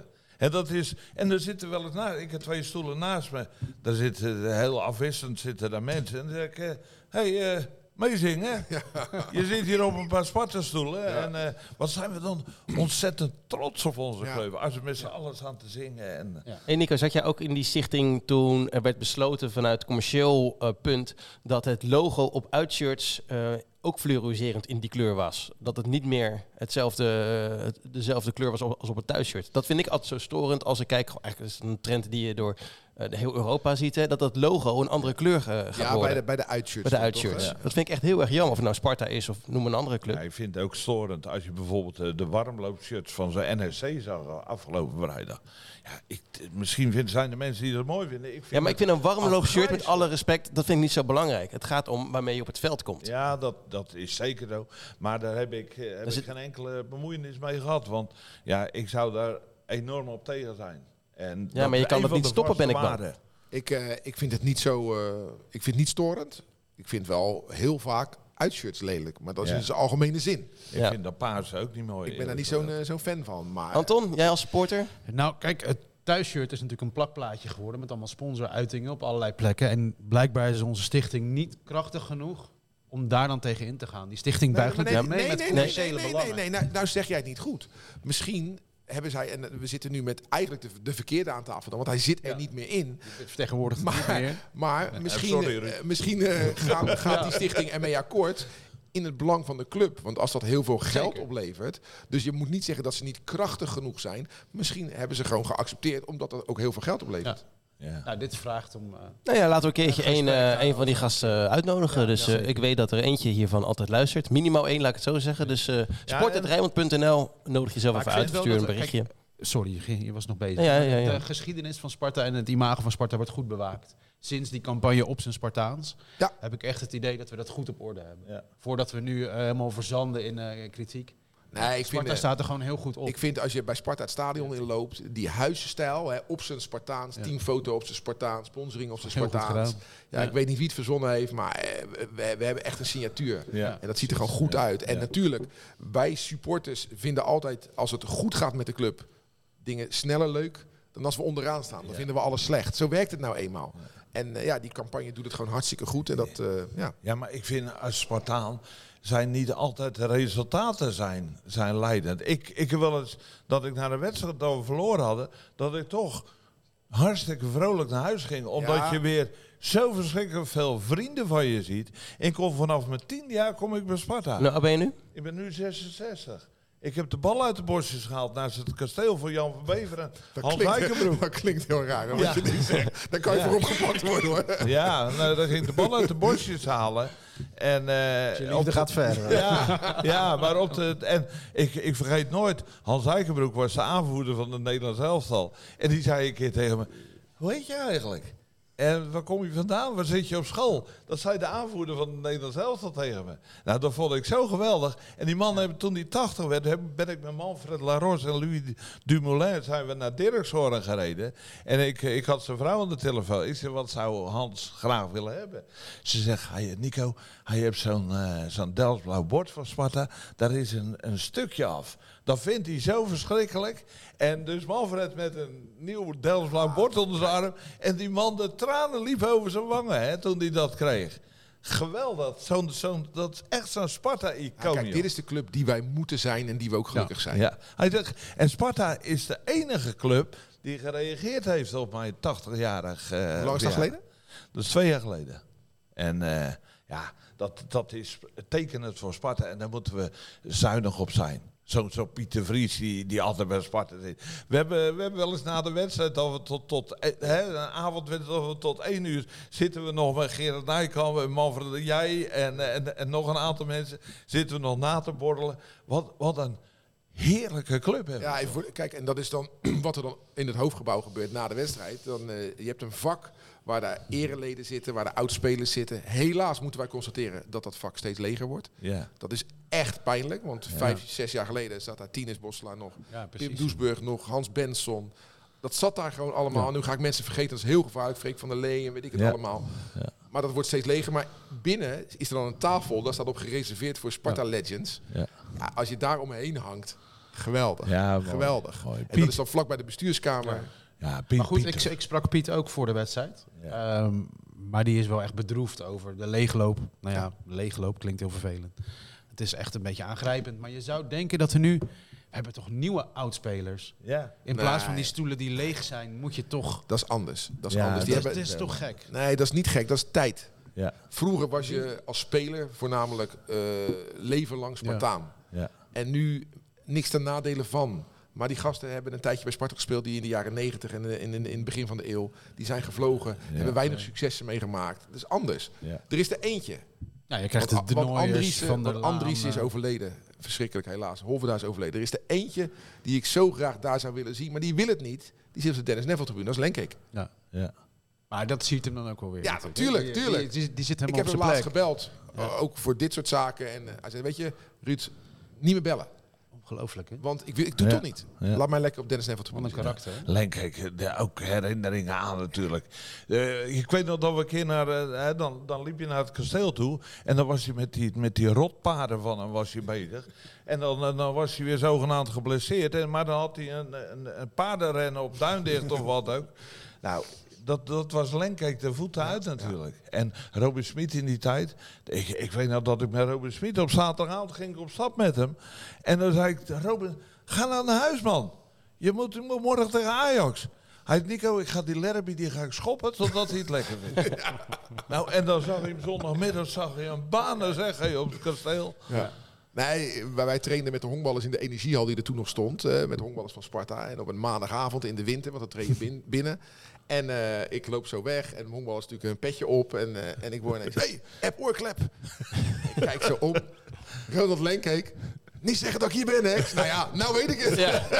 En er zitten wel eens naast. Ik heb 2 stoelen naast me. Daar zitten heel afwisselend daar mensen. En dan zeg ik, meezingen. Ja. Je zit hier op een paar Sparta-stoelen. Ja. En wat zijn we dan ontzettend trots op onze club. Als we met z'n allen staan te zingen. Hey Nico, zat jij ook in die stichting toen er werd besloten vanuit commercieel punt... dat het logo op uitshirts ook fluoriserend in die kleur was? Dat het niet meer dezelfde kleur was als op het thuisshirt. Dat vind ik altijd zo storend als ik kijk. Eigenlijk is het een trend die je door heel Europa ziet, hè, dat logo een andere kleur gaat worden. Bij de uitshirts. Bij de uitshirts. Ja. Dat vind ik echt heel erg jammer. Of het nou Sparta is of noem een andere club. Ja, ik vind het ook storend als je bijvoorbeeld de warmloopshirts van zo'n NSC zag afgelopen vrijdag. Ja, misschien zijn er mensen die dat mooi vinden. Ik vind een warmloopshirt met alle respect, dat vind ik niet zo belangrijk. Het gaat om waarmee je op het veld komt. Ja, dat is zeker zo. Maar daar heb ik geen enkele bemoeienis mee gehad. Want ja, ik zou daar enorm op tegen zijn. En maar je kan dat niet stoppen, ben ik bang. Ik vind het niet zo. Ik vind het niet storend. Ik vind wel heel vaak uitshirts lelijk. Maar dat is in zijn algemene zin. Ik vind dat paars ook niet mooi. Ik ben daar niet zo'n fan van. Maar Anton, jij als supporter? Nou, kijk, het thuisshirt is natuurlijk een plakplaatje geworden met allemaal sponsoruitingen op allerlei plekken. En blijkbaar is onze stichting niet krachtig genoeg om daar dan tegen in te gaan. Die stichting buigt met commerciële belangen. Nee. Nou zeg jij het niet goed. Misschien hebben zij, en we zitten nu met eigenlijk de verkeerde aan tafel, want hij zit er niet meer in. Vertegenwoordigt het niet meer. Maar misschien gaat die stichting ermee akkoord in het belang van de club. Want als dat heel veel geld oplevert, dus je moet niet zeggen dat ze niet krachtig genoeg zijn. Misschien hebben ze gewoon geaccepteerd, omdat dat ook heel veel geld oplevert. Ja. Nou, dit vraagt om... laten we een keertje een van die gasten uitnodigen. Ik weet dat er eentje hiervan altijd luistert. Minimaal 1, laat ik het zo zeggen. Dus sport@rijnmond.nl, nodig jezelf even uit, stuur een berichtje. Sorry, je was nog bezig. Ja. De geschiedenis van Sparta en het imago van Sparta wordt goed bewaakt. Sinds die campagne op zijn Spartaans heb ik echt het idee dat we dat goed op orde hebben. Ja. Voordat we nu helemaal verzanden in kritiek. Nee, Sparta staat er gewoon heel goed op. Ik vind als je bij Sparta het stadion inloopt, die huisstijl, op zijn Spartaans, teamfoto op zijn Spartaans, sponsoring op zijn Spartaans. Ja, ik weet niet wie het verzonnen heeft, maar we hebben echt een signatuur. Ja. En dat ziet er gewoon goed uit. En natuurlijk, wij supporters vinden altijd, als het goed gaat met de club, dingen sneller leuk dan als we onderaan staan. Dan vinden we alles slecht. Zo werkt het nou eenmaal. En die campagne doet het gewoon hartstikke goed. En dat, Ja, maar ik vind als Spartaan zijn niet altijd de resultaten zijn leidend. Ik heb wel eens dat ik naar de wedstrijd dat we verloren hadden, dat ik toch hartstikke vrolijk naar huis ging. Omdat je weer zo verschrikkelijk veel vrienden van je ziet. Ik kom vanaf mijn 10e jaar ik bij Sparta. Nou, ben je nu? Ik ben nu 66. Ik heb de bal uit de bosjes gehaald naast het kasteel van Jan van Beveren. Hans Eikenbroek. Dat klinkt heel raar, wat je nu zegt. Daar kan je voor opgepakt worden, hoor. Ja, nou, dan ging ik de bal uit de bosjes halen. En je liefde gaat ver. Ja, maar ik vergeet nooit, Hans Eikenbroek was de aanvoerder van het Nederlands elftal. En die zei een keer tegen me, hoe heet je eigenlijk? En waar kom je vandaan? Waar zit je op school? Dat zei de aanvoerder van het Nederlands elftal tegen me. Nou, dat vond ik zo geweldig. En die man, toen hij 80 werd, ben ik met Manfred Larosse en Louis Dumoulin zijn we naar Dirkshoorn gereden. En ik had zijn vrouw aan de telefoon. Ik zei, wat zou Hans graag willen hebben? Ze zegt, Nico, hij heeft zo'n Delftsblauw bord van Sparta. Daar is een stukje af. Dat vindt hij zo verschrikkelijk. En dus Manfred met een nieuw Delftsblauw bord onder zijn arm. En die man, de tranen liepen over zijn wangen toen hij dat kreeg. Geweldig. Dat is echt zo'n Sparta-icoon. Kijk, dit is de club die wij moeten zijn en die we ook gelukkig zijn. Ja. Hij zegt, en Sparta is de enige club die gereageerd heeft op mijn 80-jarig... Hoe lang is dat geleden? Dat is 2 jaar geleden. En dat is tekenend voor Sparta. En daar moeten we zuinig op zijn. Zo Pieter Vries die altijd bij Sparta zit. We hebben wel eens na de wedstrijd dat we een avondwedstrijd tot 1 uur zitten we nog met Gerard Nijkamp en Manfred, jij en nog een aantal mensen zitten we nog na te borrelen. Wat een heerlijke club hebben. Ja, kijk, en dat is dan wat er dan in het hoofdgebouw gebeurt na de wedstrijd. Je hebt een vak waar de ereleden zitten, waar de oudspelers zitten. Helaas moeten wij constateren dat dat vak steeds leger wordt. Ja. Dat is echt pijnlijk, want 5, 6 jaar geleden zat daar Tinus Bosselaar nog, Pim Doesburg nog, Hans Benson. Dat zat daar gewoon allemaal. Ja. Nu ga ik mensen vergeten, dat is heel gevaarlijk. Freek van der Lee en weet ik het allemaal. Ja. Maar dat wordt steeds leger. Maar binnen is er dan een tafel, daar staat op gereserveerd voor Sparta Legends. Ja. Ja, als je daar omheen hangt, geweldig. Ja, geweldig. Mooi. En dat is dan vlak bij de bestuurskamer. Ja. Ja, Piet, maar goed, ik sprak Piet ook voor de wedstrijd. Ja. Maar die is wel echt bedroefd over de leegloop. Nou ja, leegloop klinkt heel vervelend. Het is echt een beetje aangrijpend. Maar je zou denken dat we hebben toch nieuwe oudspelers. Ja. In plaats van die stoelen die leeg zijn, moet je toch... Dat is anders. Dat is anders. Dat is toch gek? Nee, dat is niet gek. Dat is tijd. Ja. Vroeger was je als speler voornamelijk leven lang Spartaan. Ja. En nu niks ten nadele van... Maar die gasten hebben een tijdje bij Sparta gespeeld, die in de jaren 90 en in het begin van de eeuw, die zijn gevlogen, hebben weinig successen meegemaakt. Dat is anders. Ja. Er is er eentje. Ja, je krijgt Want de Nooiers van de Andries Laan, is overleden. Verschrikkelijk helaas. Hoveda is overleden. Er is er eentje die ik zo graag daar zou willen zien, maar die wil het niet. Die zit op de Dennis Neville tribune, dat is Lenkeek. Ja. Ja. Maar dat ziet hem dan ook wel weer. Ja, natuurlijk. tuurlijk. Die zit Ik helemaal heb op hem zijn laatst plek. gebeld, ook voor dit soort zaken. En hij zei, weet je, Ruud, niet meer bellen. Ongelooflijk, hè? Want ik doe het toch niet. Ja. Laat mij lekker op Dennis Neville Van een tribune karakter. hè? Lenkeek, ook herinneringen aan natuurlijk. Ik weet nog dat we een keer dan liep je naar het kasteel toe. En dan was hij met die rotpaarden van hem was hij bezig. En dan was hij weer zogenaamd geblesseerd. Maar dan had hij een paardenrennen op Duindicht of wat ook. Nou, dat was Lenkeek de voeten uit natuurlijk. En Robin Smit in die tijd. Ik weet nog dat ik met Robin Smit op zaterdagavond ging op stap met hem. En dan zei ik, Robin, ga nou naar huis, man. Je moet morgen tegen Ajax. Hij zei, Nico, ik ga die Lerby, die ga ik schoppen totdat hij het lekker vindt. Nou, en dan zag hij hem zondagmiddag een banen zeggen op het kasteel. Ja. Nee, wij trainden met de honkballers in de energiehal die er toen nog stond. Met de honkballers van Sparta. En op een maandagavond in de winter, want dan train je binnen. En ik loop zo weg en de honkballers natuurlijk een petje op. En ik hoor ineens, hey, app oorklep. Ik kijk zo om. Ronald Lenkeek. Niet zeggen dat ik hier ben, hè? Nou ja, nou weet ik het.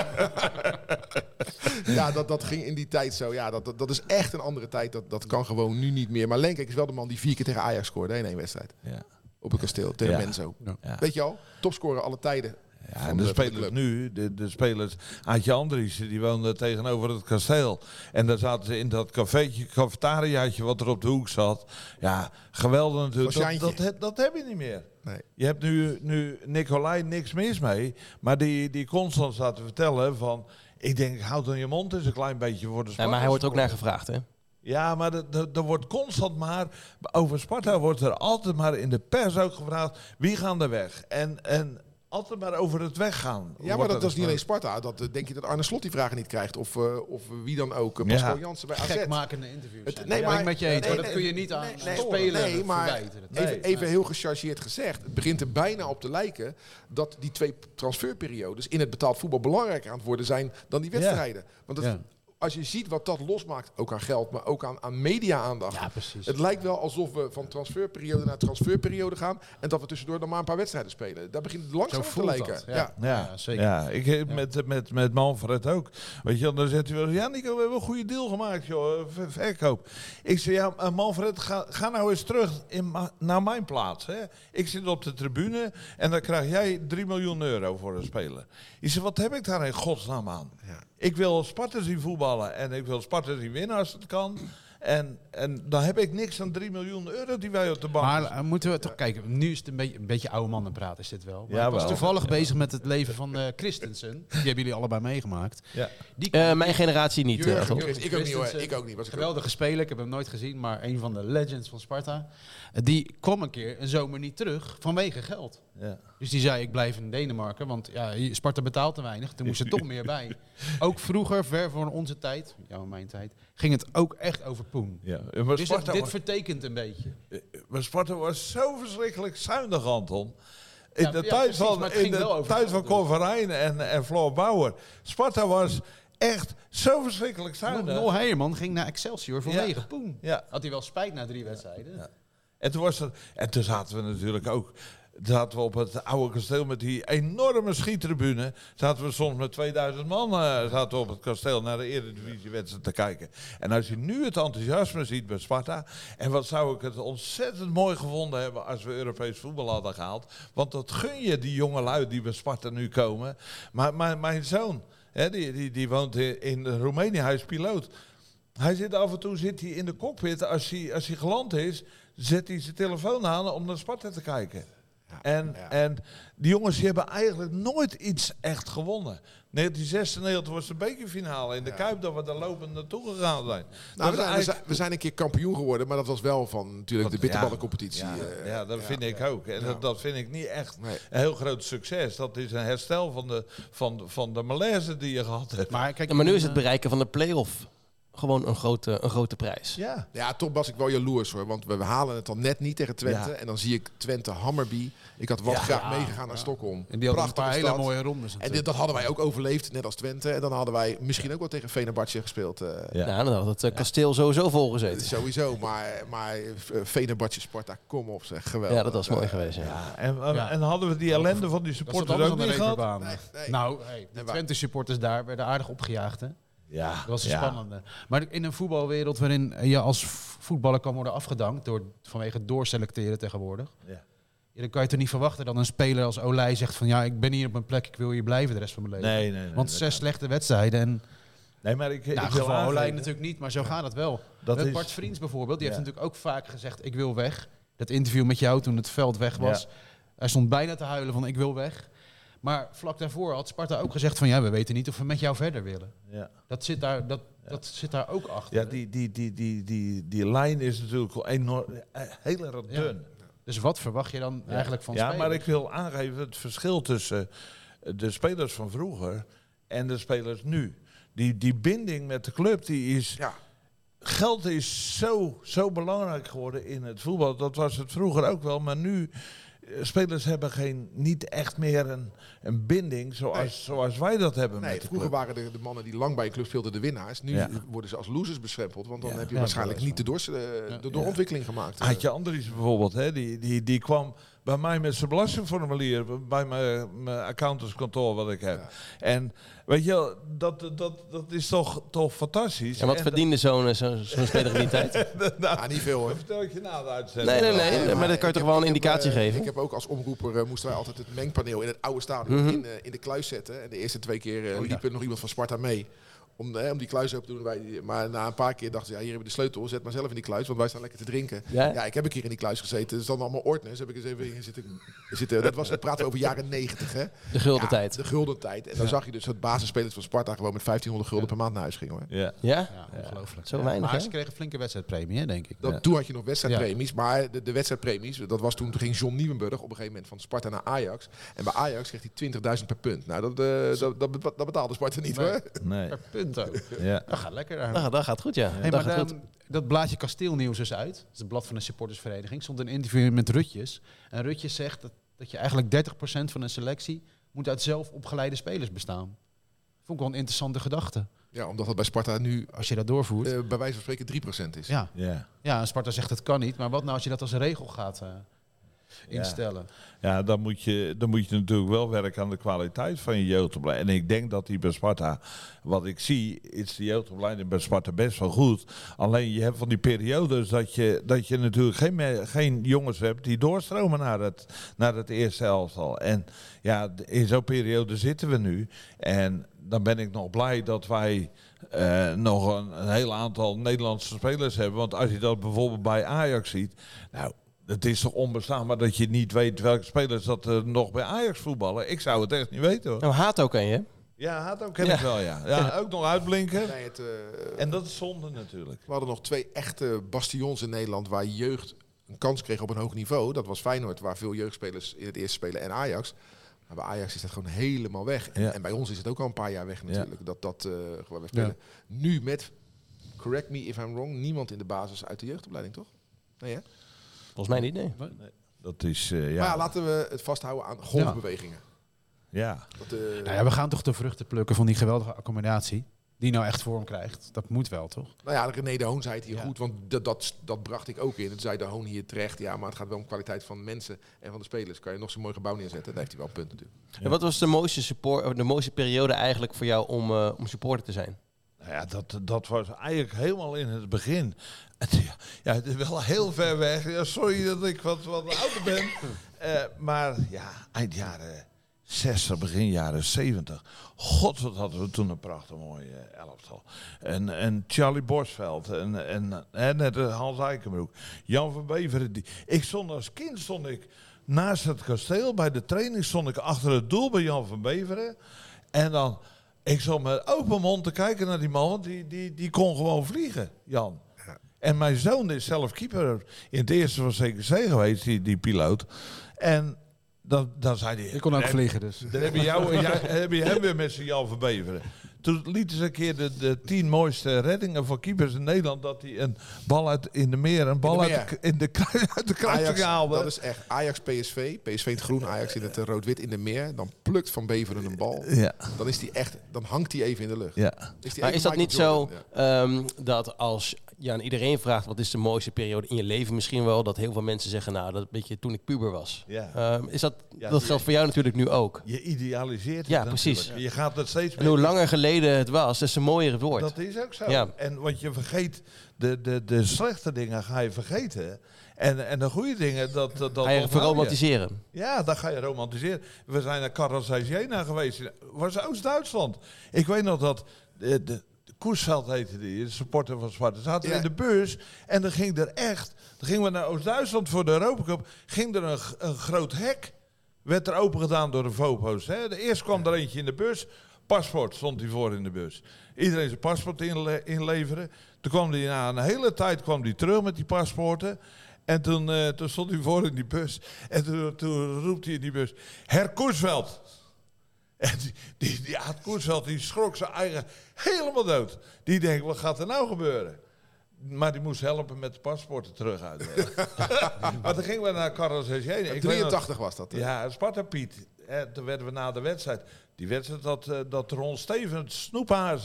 Ja, dat ging in die tijd zo. Ja, dat is echt een andere tijd. Dat kan gewoon nu niet meer. Maar Lenkeek is wel de man die 4 keer tegen Ajax scoorde in 1 wedstrijd. Ja. Op het kasteel, tegen Ja. Menzo. Ja. Weet je al? Topscorer alle tijden. Ja, van en de van spelers club. nu, de spelers, Aantje Andriessen, die woonden tegenover het kasteel. En daar zaten ze in dat cafetariaatje wat er op de hoek zat. Ja, geweldig natuurlijk. Dat heb je niet meer. Nee. Je hebt nu Nicolai niks mis mee, maar die constant staat te vertellen van, ik denk, houd dan je mond eens een klein beetje voor de Sparta. Ja, maar hij wordt er ook naar gevraagd, hè? Ja, maar er wordt constant maar, over Sparta wordt er altijd maar in de pers ook gevraagd, wie gaan er weg? En altijd maar over het weggaan. Ja, maar dat is niet alleen Sparta. Denk je dat Arne Slot die vragen niet krijgt? Of wie dan ook. Pascal Jansen bij AZ. Gekmakende interviews. Nee, maar ik met je eens. nee, maar dat kun je niet aan spelen verwijten. Even heel gechargeerd gezegd. Het begint er bijna op te lijken dat die 2 transferperiodes in het betaald voetbal belangrijker aan het worden zijn dan die wedstrijden. Want als je ziet wat dat losmaakt, ook aan geld, maar ook aan media-aandacht. Ja, precies. Het lijkt wel alsof we van transferperiode naar transferperiode gaan en dat we tussendoor dan maar een paar wedstrijden spelen. Daar begint het langzaam op te lijken. Ja, zeker. Ja, ik heb met Manfred ook. Weet je, dan zegt hij wel, ja Nico, we hebben een goede deal gemaakt, joh, verkoop. Ik zei, ja Manfred, ga nou eens terug naar mijn plaats. Hè. Ik zit op de tribune en dan krijg jij 3 miljoen euro voor een speler. Ik zei, wat heb ik daar in godsnaam aan? Ja. Ik wil Sparta zien voetballen en ik wil Sparta zien winnen als het kan. En dan heb ik niks aan 3 miljoen euro die wij op de bank Maar moeten we toch kijken, nu is het een beetje oude mannenpraat is dit wel. Maar Ja, ik was wel. toevallig bezig met het leven van Christensen. Die hebben jullie allebei meegemaakt. Ja. Die Mijn generatie niet, Jurgen toch? Ik ook niet hoor. Christensen, Ik ook niet. Was ik ook. geweldige speler, ik heb hem nooit gezien, maar een van de legends van Sparta. Die kwam een keer een zomer niet terug vanwege geld. Ja. Dus die zei, ik blijf in Denemarken, want ja, Sparta betaalt te weinig. Toen moest er toch meer bij. Ook vroeger, ver voor onze tijd, jouw en mijn tijd, ging het ook echt over poen. Ja. Maar Dus Sparta dit was- vertekent een beetje. Maar Sparta was zo verschrikkelijk zuinig, Anton. In Ja, de ja, tijd precies, van, maar het in ging de wel over tijd geld van dus. Cor Verheyen en Floor Bauer. Sparta was echt zo verschrikkelijk zuinig. Noel Heijerman ging naar Excelsior vanwege poen. Ja. Had hij wel spijt na 3 wedstrijden. Ja. En toen zaten we natuurlijk ook... Zaten we op het oude kasteel met die enorme schiettribune. Zaten we soms met 2000 man zaten we op het kasteel naar de Eredivisiewedstrijd te kijken. En als je nu het enthousiasme ziet bij Sparta. En wat zou ik het ontzettend mooi gevonden hebben als we Europees voetbal hadden gehaald. Want dat gun je die jonge lui die bij Sparta nu komen. Maar mijn zoon, hè, die woont in Roemenië, hij is piloot. Hij zit af en toe in de cockpit. Als hij geland is, zet hij zijn telefoon aan om naar Sparta te kijken. En die jongens die hebben eigenlijk nooit iets echt gewonnen. 1996 was de bekerfinale in de Kuip dat we daar lopend naartoe gegaan zijn. Nou, Dat is eigenlijk- we zijn een keer kampioen geworden, maar dat was wel van natuurlijk de bitterballencompetitie. Ja, dat vind ik ook. En dat vind ik niet echt Nee. een heel groot succes. Dat is een herstel van de malaise die je gehad hebt. Maar, kijk, Ja, maar nu is het bereiken van de play-off gewoon een grote prijs. Ja. Ja, toch was ik wel jaloers hoor. Want we halen het dan net niet tegen Twente. Ja. En dan zie ik Twente Hammarby. Ik had graag meegegaan naar Stockholm. En die hadden een paar Prachtige hele stad. mooie rondes. En dat hadden wij ook overleefd, net als Twente. En dan hadden wij misschien ook wel tegen Fenerbahce gespeeld. Ja, dan had het kasteel sowieso volgezeten. Sowieso. Maar Fenerbahce Sparta, kom op zeg. Geweldig. Ja, dat was mooi geweest. Ja. Ja. En hadden we die ellende van die Dat is supporters wat ook anders niet dan de gehad? reperbaan. Nee. Nou, de Twente-supporters daar werden aardig opgejaagd, hè? Ja. Dat was een spannende. Maar in een voetbalwereld waarin je als voetballer kan worden afgedankt vanwege het doorselecteren tegenwoordig. Ja. Ja, dan kan je toch niet verwachten dat een speler als Olij zegt van ja, ik ben hier op mijn plek, ik wil hier blijven de rest van mijn leven. Nee. Want 6 slechte wedstrijden en Nee, maar ik in wil geval aangeven- Olij natuurlijk niet, maar zo gaat het wel. Dat is- Bart Vriends bijvoorbeeld, die Ja. heeft natuurlijk ook vaak gezegd ik wil weg. Dat interview met jou toen het veld weg was, hij stond bijna te huilen van ik wil weg. Maar vlak daarvoor had Sparta ook gezegd van ja, we weten niet of we met jou verder willen. Ja. Dat zit daar ook achter. Ja, die lijn is natuurlijk wel enorm, heel erg dun. Dus wat verwacht je dan eigenlijk van Ja, spelers? maar ik wil aangeven het verschil tussen de spelers van vroeger en de spelers nu. Die binding met de club, die is... Ja. Geld is zo belangrijk geworden in het voetbal. Dat was het vroeger ook wel, maar nu... Spelers hebben niet echt meer een binding zoals wij dat hebben Nee, met de vroeger club. waren de mannen die lang bij een club speelden de winnaars. Nu worden ze als losers bestempeld. Want dan heb je Ja, waarschijnlijk niet de doorontwikkeling gemaakt. Hadje Andries bijvoorbeeld, hè, die kwam bij mij met zijn belastingformulier bij mijn accountantskantoor wat ik heb. Ja. En weet je, dat is toch fantastisch. En wat verdiende zo'n speler in die tijd? Ja, niet veel hoor. Dat vertel ik je na de uitzending. Nee, maar dat kan je toch wel een indicatie geven? Ik heb ook als omroeper moesten wij altijd het mengpaneel in het oude stadion in de kluis zetten. En de eerste 2 keer liep er nog iemand van Sparta mee. Om die kluis open te doen. Maar na een paar keer dachten ze, ja, hier hebben we de sleutel. Zet maar zelf in die kluis, want wij staan lekker te drinken. Ja? Ik heb een keer in die kluis gezeten. Dus dan allemaal ordners. Heb ik eens even in zitten. Dat praten we over jaren 90, hè? De gulden tijd. De gulden tijd. En dan zag je dus dat basisspelers van Sparta gewoon met 1500 gulden per maand naar huis gingen. Hoor. Ja. Ja? Ja, ongelooflijk. Zo weinig, Maar hè? ze kregen een flinke wedstrijdpremie, hè, denk ik. Toen had je nog wedstrijdpremies, maar de wedstrijdpremies, dat was toen ging John Nieuwenburg op een gegeven moment van Sparta naar Ajax. En bij Ajax kreeg hij 20.000 per punt. Nou, dat betaalde Sparta niet hoor. Nee. Per punt ook. Ja. Dat gaat lekker daar. Dat gaat goed, ja. Hey, Dat maar gaat goed. dat blaadje Kasteelnieuws is uit. Dat is het blad van de supportersvereniging. Stond een interview met Rutjes. En Rutjes zegt dat je eigenlijk 30% van een selectie moet uit zelf opgeleide spelers bestaan. Vond ik wel een interessante gedachte. Ja, omdat dat bij Sparta nu Als je dat doorvoert. bij wijze van spreken 3% is. Ja. Ja. Ja, en Sparta zegt het kan niet. Maar wat nou als je dat als regel gaat instellen? Ja, dan moet je natuurlijk wel werken aan de kwaliteit van je jeugdopleiding. En ik denk dat die bij Sparta, wat ik zie, is de jeugdopleiding bij Sparta best wel goed. Alleen je hebt van die periodes dat je natuurlijk geen jongens hebt die doorstromen naar het eerste elftal. En ja, in zo'n periode zitten we nu. En dan ben ik nog blij dat wij nog een heel aantal Nederlandse spelers hebben. Want als je dat bijvoorbeeld bij Ajax ziet, nou... Het is toch onbestaanbaar dat je niet weet welke spelers dat nog bij Ajax voetballen. Ik zou het echt niet weten hoor. Nou, Hato ken je? Ja, Hato ken ik wel, ja. Ja, ook nog uitblinken. Nee, En dat is zonde natuurlijk. we hadden nog 2 echte bastions in Nederland waar jeugd een kans kreeg op een hoog niveau. Dat was Feyenoord, waar veel jeugdspelers in het eerste spelen, en Ajax. Maar bij Ajax is dat gewoon helemaal weg. Ja. En bij ons is het ook al een paar jaar weg natuurlijk. Gewoon we spelen nu met, correct me if I'm wrong, niemand in de basis uit de jeugdopleiding, toch? Nee, hè? Volgens mij niet, nee. Dat is, Maar ja, laten we het vasthouden aan golfbewegingen. ja. Nou ja, we gaan toch de vruchten plukken van die geweldige accommodatie. Die nou echt vorm krijgt. Dat moet wel, toch? Nou ja, René de Hoon zei het hier goed, want dat bracht ik ook in. Het zei de Hoon hier terecht, ja, maar het gaat wel om kwaliteit van mensen en van de spelers. Kan je nog zo'n mooi gebouw neerzetten, dan heeft hij wel een punt natuurlijk. En wat was de mooiste periode eigenlijk voor jou om supporter te zijn? Nou ja, dat was eigenlijk helemaal in het begin. Ja, het is wel heel ver weg. Ja, sorry dat ik wat ouder ben. Maar ja, eind jaren 60, begin jaren 70. God, wat hadden we toen een prachtig mooi elftal. En Charlie Borsveld en net Hans Eikenbroek. Jan van Beveren. Als kind stond ik naast het kasteel. Bij de training stond ik achter het doel bij Jan van Beveren. En dan... Ik zat met open mond te kijken naar die man, want die kon gewoon vliegen, Jan. Ja. En mijn zoon is zelf keeper in het eerste van CKC geweest, die piloot. En dan zei hij... Ik kon ook vliegen, dus. Dan heb je hem weer met zijn Jan van Beveren. Toen lieten ze een keer de 10 mooiste reddingen voor keepers in Nederland. Dat hij een bal uit in de meer, een bal uit de kruising haalde. Dat is echt Ajax PSV. PSV in het groen, Ajax in het rood-wit in de meer. Dan plukt Van Beveren een bal. Ja. Dan is die echt, dan hangt hij even in de lucht. Ja. Maar is dat niet zo dat als je aan iedereen vraagt wat is de mooiste periode in je leven, misschien wel dat heel veel mensen zeggen, nou, dat een beetje toen ik puber was. Ja. Is dat geldt voor jou natuurlijk nu ook. Je idealiseert het. Ja, precies. Ja. Je gaat het steeds En hoe langer geleden het was, des te mooier het wordt. Dat is ook zo. Ja. En want je vergeet de slechte dingen ga je vergeten. En de goede dingen, dat ga je verromantiseren. Ja, dat ga je romantiseren. We zijn naar Cartagena geweest. Dat was Oost-Duitsland. Ik weet nog dat de Koersveld heette die, de supporter van Sparta. Zaten we in de bus en dan ging er echt... Dan gingen we naar Oost-Duitsland voor de Europa Cup. Ging er een groot hek. Werd er open gedaan door de Vopo's. Hè. Eerst kwam er eentje in de bus. Paspoort stond hij voor in de bus. Iedereen zijn paspoort inleveren. Toen kwam hij na een hele tijd terug met die paspoorten. En toen stond hij voor in die bus. En toen roept hij in die bus... Herr Koersveld. En die Aad Koersveld die schrok zijn eigen helemaal dood. Die denkt, wat gaat er nou gebeuren? Maar die moest helpen met de paspoorten terug uit. Maar toen gingen we naar Cartagena. 83 was dat. Hè? Ja, Sparta Piet. Toen werden we na de wedstrijd. Die wedstrijd dat Ron Stevens snoephaars...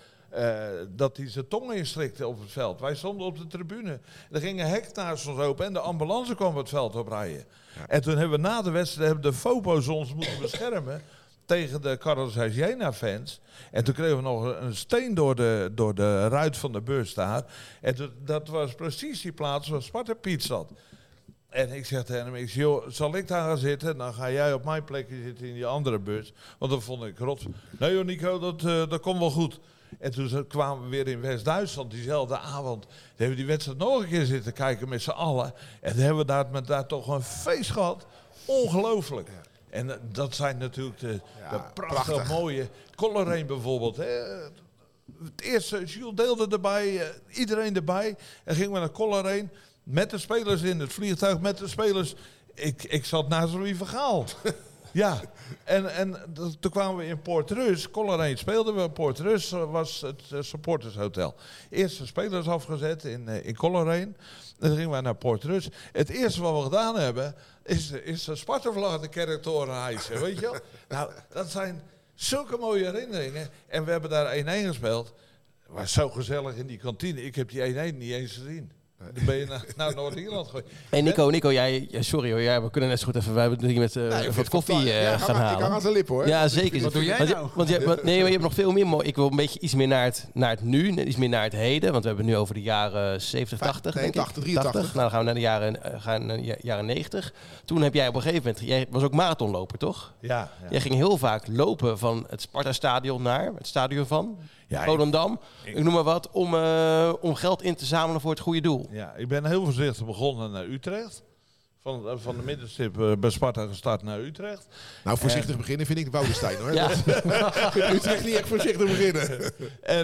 dat hij zijn tong instrikte op het veld. Wij stonden op de tribune. Er gingen hek naast ons open en de ambulance kwam het veld oprijden. Ja. En toen hebben we na de wedstrijd de Fopo's ons moeten beschermen tegen de Cartagena-fans. En toen kregen we nog een steen door de ruit van de bus daar. En dat was precies die plaats waar Sparta Piet zat. En ik zeg tegen hem, joh, zal ik daar gaan zitten? Dan ga jij op mijn plekje zitten in die andere bus. Want dat vond ik rot. Nee joh Nico, dat komt wel goed. En toen kwamen we weer in West-Duitsland diezelfde avond. Toen hebben we die wedstrijd nog een keer zitten kijken met z'n allen. En toen hebben we daar toch een feest gehad. Ongelooflijk. Ja. En dat zijn natuurlijk de prachtige, mooie... Coleraine bijvoorbeeld. Hè. Het eerste, Jules deelde erbij, iedereen erbij. En gingen we naar Coleraine met de spelers in het vliegtuig, met de spelers. Ik zat naast Louis van Gaal. Ja, en toen kwamen we in Poortrus. Coleraine speelden we. Poortrus was het supportershotel. Eerst de spelers afgezet in Coleraine. En dan gingen we naar Poortrus. Het eerste wat we gedaan hebben, is de Sparta-vlag de kerktoren hijsen. Weet je wel? Nou, dat zijn zulke mooie herinneringen. En we hebben daar 1-1 gespeeld. Het was zo gezellig in die kantine. Ik heb die 1-1 niet eens gezien. Dan ben je naar Noord-Ierland gegooid. Hey Nico, jij, sorry hoor, we kunnen net zo goed even wat koffie gaan halen. Ik hang aan zijn lip hoor. Ja, zeker. Wat doe jij nou? Want je hebt nog veel meer. Ik wil een beetje iets meer naar het nu, iets meer naar het heden. Want we hebben het nu over de jaren 70, 80, denk ik. 80, 83. Nou, dan gaan we naar de jaren 90. Toen heb jij op een gegeven moment, jij was ook marathonloper, toch? Ja. Jij ging heel vaak lopen van het Sparta-stadion naar het stadion van Volendam. Ik noem maar wat, om geld in te zamelen voor het goede doel. Ja, ik ben heel voorzichtig begonnen naar Utrecht. Van de middenstip bij Sparta gestart naar Utrecht. Nou, voorzichtig beginnen vind ik de Woudenstein hoor. Ja. Utrecht niet echt voorzichtig beginnen.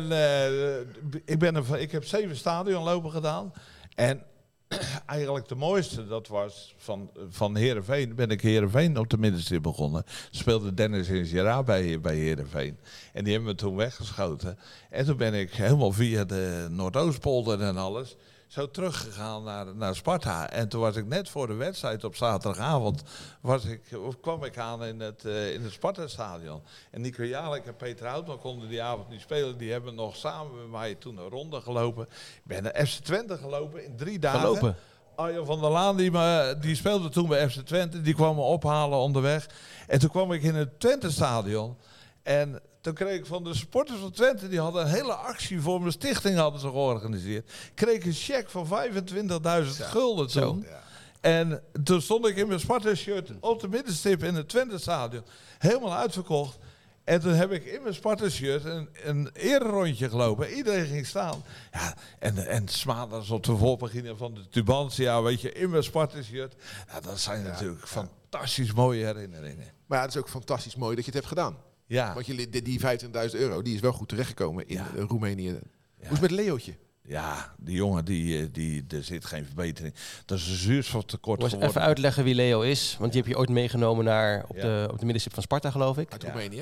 En ik heb 7 stadionlopen gedaan. En eigenlijk de mooiste, dat was van Heerenveen. Ben ik Heerenveen op de middenstip begonnen. Speelde Dennis en Gerard bij Heerenveen. En die hebben me toen weggeschoten. En toen ben ik helemaal via de Noordoostpolder en alles zo teruggegaan naar Sparta. En toen was ik net voor de wedstrijd op zaterdagavond kwam ik aan in het Sparta-stadion. En Nico Jalik en Peter Houtman konden die avond niet spelen. Die hebben nog samen met mij toen een ronde gelopen. Ik ben naar FC Twente gelopen in 3 dagen. Gelopen? Arjan van der Laan, die speelde toen bij FC Twente. Die kwam me ophalen onderweg. En toen kwam ik in het Twente-stadion. En toen kreeg ik van de supporters van Twente, die hadden een hele actie voor mijn stichting hadden ze georganiseerd. Kreeg ik een cheque van 25.000 gulden toen. Ja. En toen stond ik in mijn Sparta-shirt op de middenstip in het Twente-stadion. Helemaal uitverkocht. En toen heb ik in mijn Sparta-shirt een ererondje gelopen. Iedereen ging staan. Ja, en 's maandags op de voorpagina van de Tubantia, weet je, in mijn Sparta-shirt. Ja, dat zijn natuurlijk fantastisch mooie herinneringen. Maar ja, het is ook fantastisch mooi dat je het hebt gedaan. Ja. Want die €25.000, die is wel goed terechtgekomen in Roemenië. Hoe is het met Leootje? Ja, die jongen, er zit geen verbetering. Dat is een zuurstoftekort geworden. Even uitleggen wie Leo is, want die heb je ooit meegenomen op de middenstip van Sparta, geloof ik. Uit Roemenië?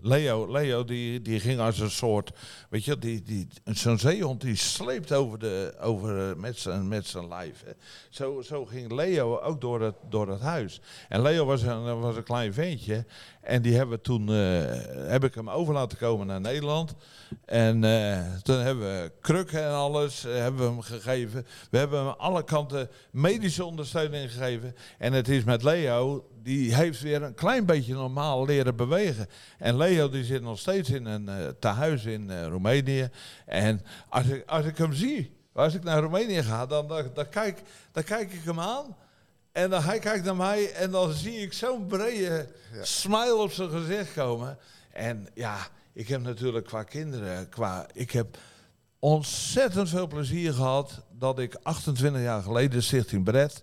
Leo die ging als een soort, weet je, zo'n zeehond die sleept met zijn lijf. Hè. Zo ging Leo ook door het huis. En Leo was een klein ventje. En die hebben toen, heb ik hem over laten komen naar Nederland. En toen hebben we krukken en alles hebben we hem gegeven. We hebben hem alle kanten medische ondersteuning gegeven. En het is met Leo, die heeft weer een klein beetje normaal leren bewegen. En Leo die zit nog steeds in een tehuis in Roemenië. En als ik hem zie, als ik naar Roemenië ga, dan kijk ik hem aan. En dan hij kijkt naar mij en dan zie ik zo'n brede smile op zijn gezicht komen. En ja, ik heb natuurlijk qua kinderen, ik heb ontzettend veel plezier gehad dat ik 28 jaar geleden Stichting Bred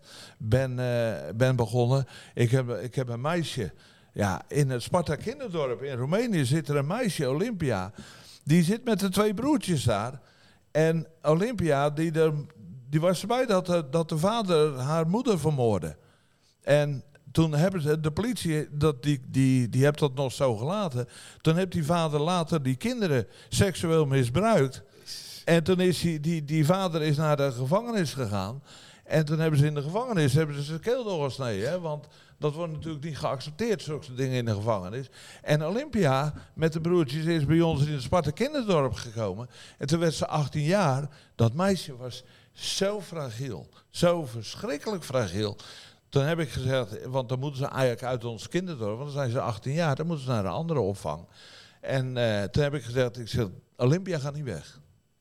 ben begonnen. Ik heb een meisje, in het Sparta Kinderdorp in Roemenië zit er een meisje, Olympia. Die zit met de 2 broertjes daar. En Olympia, die was erbij dat de vader haar moeder vermoordde. En toen hebben ze, de politie, die heeft dat nog zo gelaten. Toen heeft die vader later die kinderen seksueel misbruikt. En toen is die vader is naar de gevangenis gegaan. En toen hebben ze in de gevangenis zijn keel doorgesneden. Hè? Want dat wordt natuurlijk niet geaccepteerd, zulke dingen in de gevangenis. En Olympia met de broertjes is bij ons in het Sparta Kinderdorp gekomen. En toen werd ze 18 jaar. Dat meisje was zo fragiel. Zo verschrikkelijk fragiel. Toen heb ik gezegd, want dan moeten ze eigenlijk uit ons kinderdorp, want dan zijn ze 18 jaar, dan moeten ze naar een andere opvang. En toen heb ik gezegd, Olympia gaat niet weg.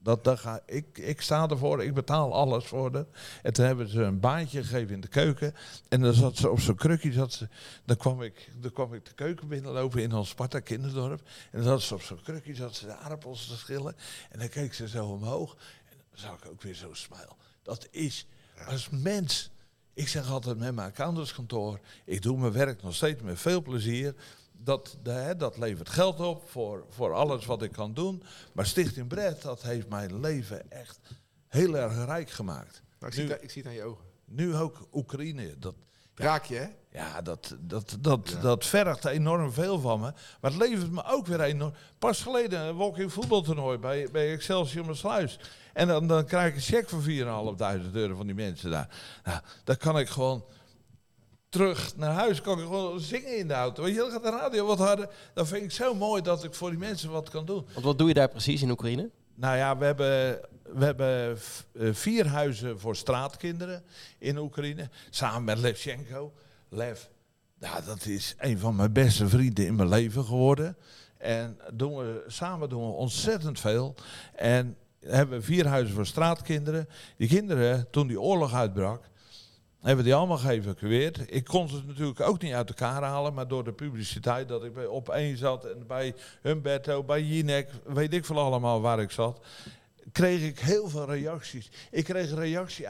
Ik sta ervoor, ik betaal alles voor haar. En toen hebben ze een baantje gegeven in de keuken. En dan zat ze op zo'n krukje, dan kwam ik de keuken binnenlopen in ons Sparta Kinderdorp. En dan zat ze op zo'n krukje, zat ze de aardappels te schillen. En dan keek ze zo omhoog. En dan zag ik ook weer zo'n smile. Dat is als mens. Ik zeg altijd met mijn accountantskantoor, ik doe mijn werk nog steeds met veel plezier. Dat levert geld op voor alles wat ik kan doen. Maar Stichting Bred, dat heeft mijn leven echt heel erg rijk gemaakt. Nou, ik zie het aan je ogen. Nu ook Oekraïne. Raak je, hè? Ja, dat vergt enorm veel van me. Maar het levert me ook weer enorm. Pas geleden een walking voetbaltoernooi bij Excelsior Maassluis. En dan krijg ik een cheque van €4.500 van die mensen daar. Nou, dan kan ik gewoon terug naar huis, kan ik gewoon zingen in de auto. Weet je, dan gaat de radio wat harder. Dat vind ik zo mooi dat ik voor die mensen wat kan doen. Want wat doe je daar precies in Oekraïne? Nou ja, we hebben 4 huizen voor straatkinderen in Oekraïne. Samen met Levchenko. Lev, dat is een van mijn beste vrienden in mijn leven geworden. En samen doen we ontzettend veel. En hebben we 4 huizen voor straatkinderen. Die kinderen, toen die oorlog uitbrak, hebben die allemaal geëvacueerd. Ik kon ze natuurlijk ook niet uit elkaar halen, maar door de publiciteit dat ik op 1 zat en bij Humberto, bij Jinek, weet ik veel allemaal waar ik zat, kreeg ik heel veel reacties. Ik kreeg een reactie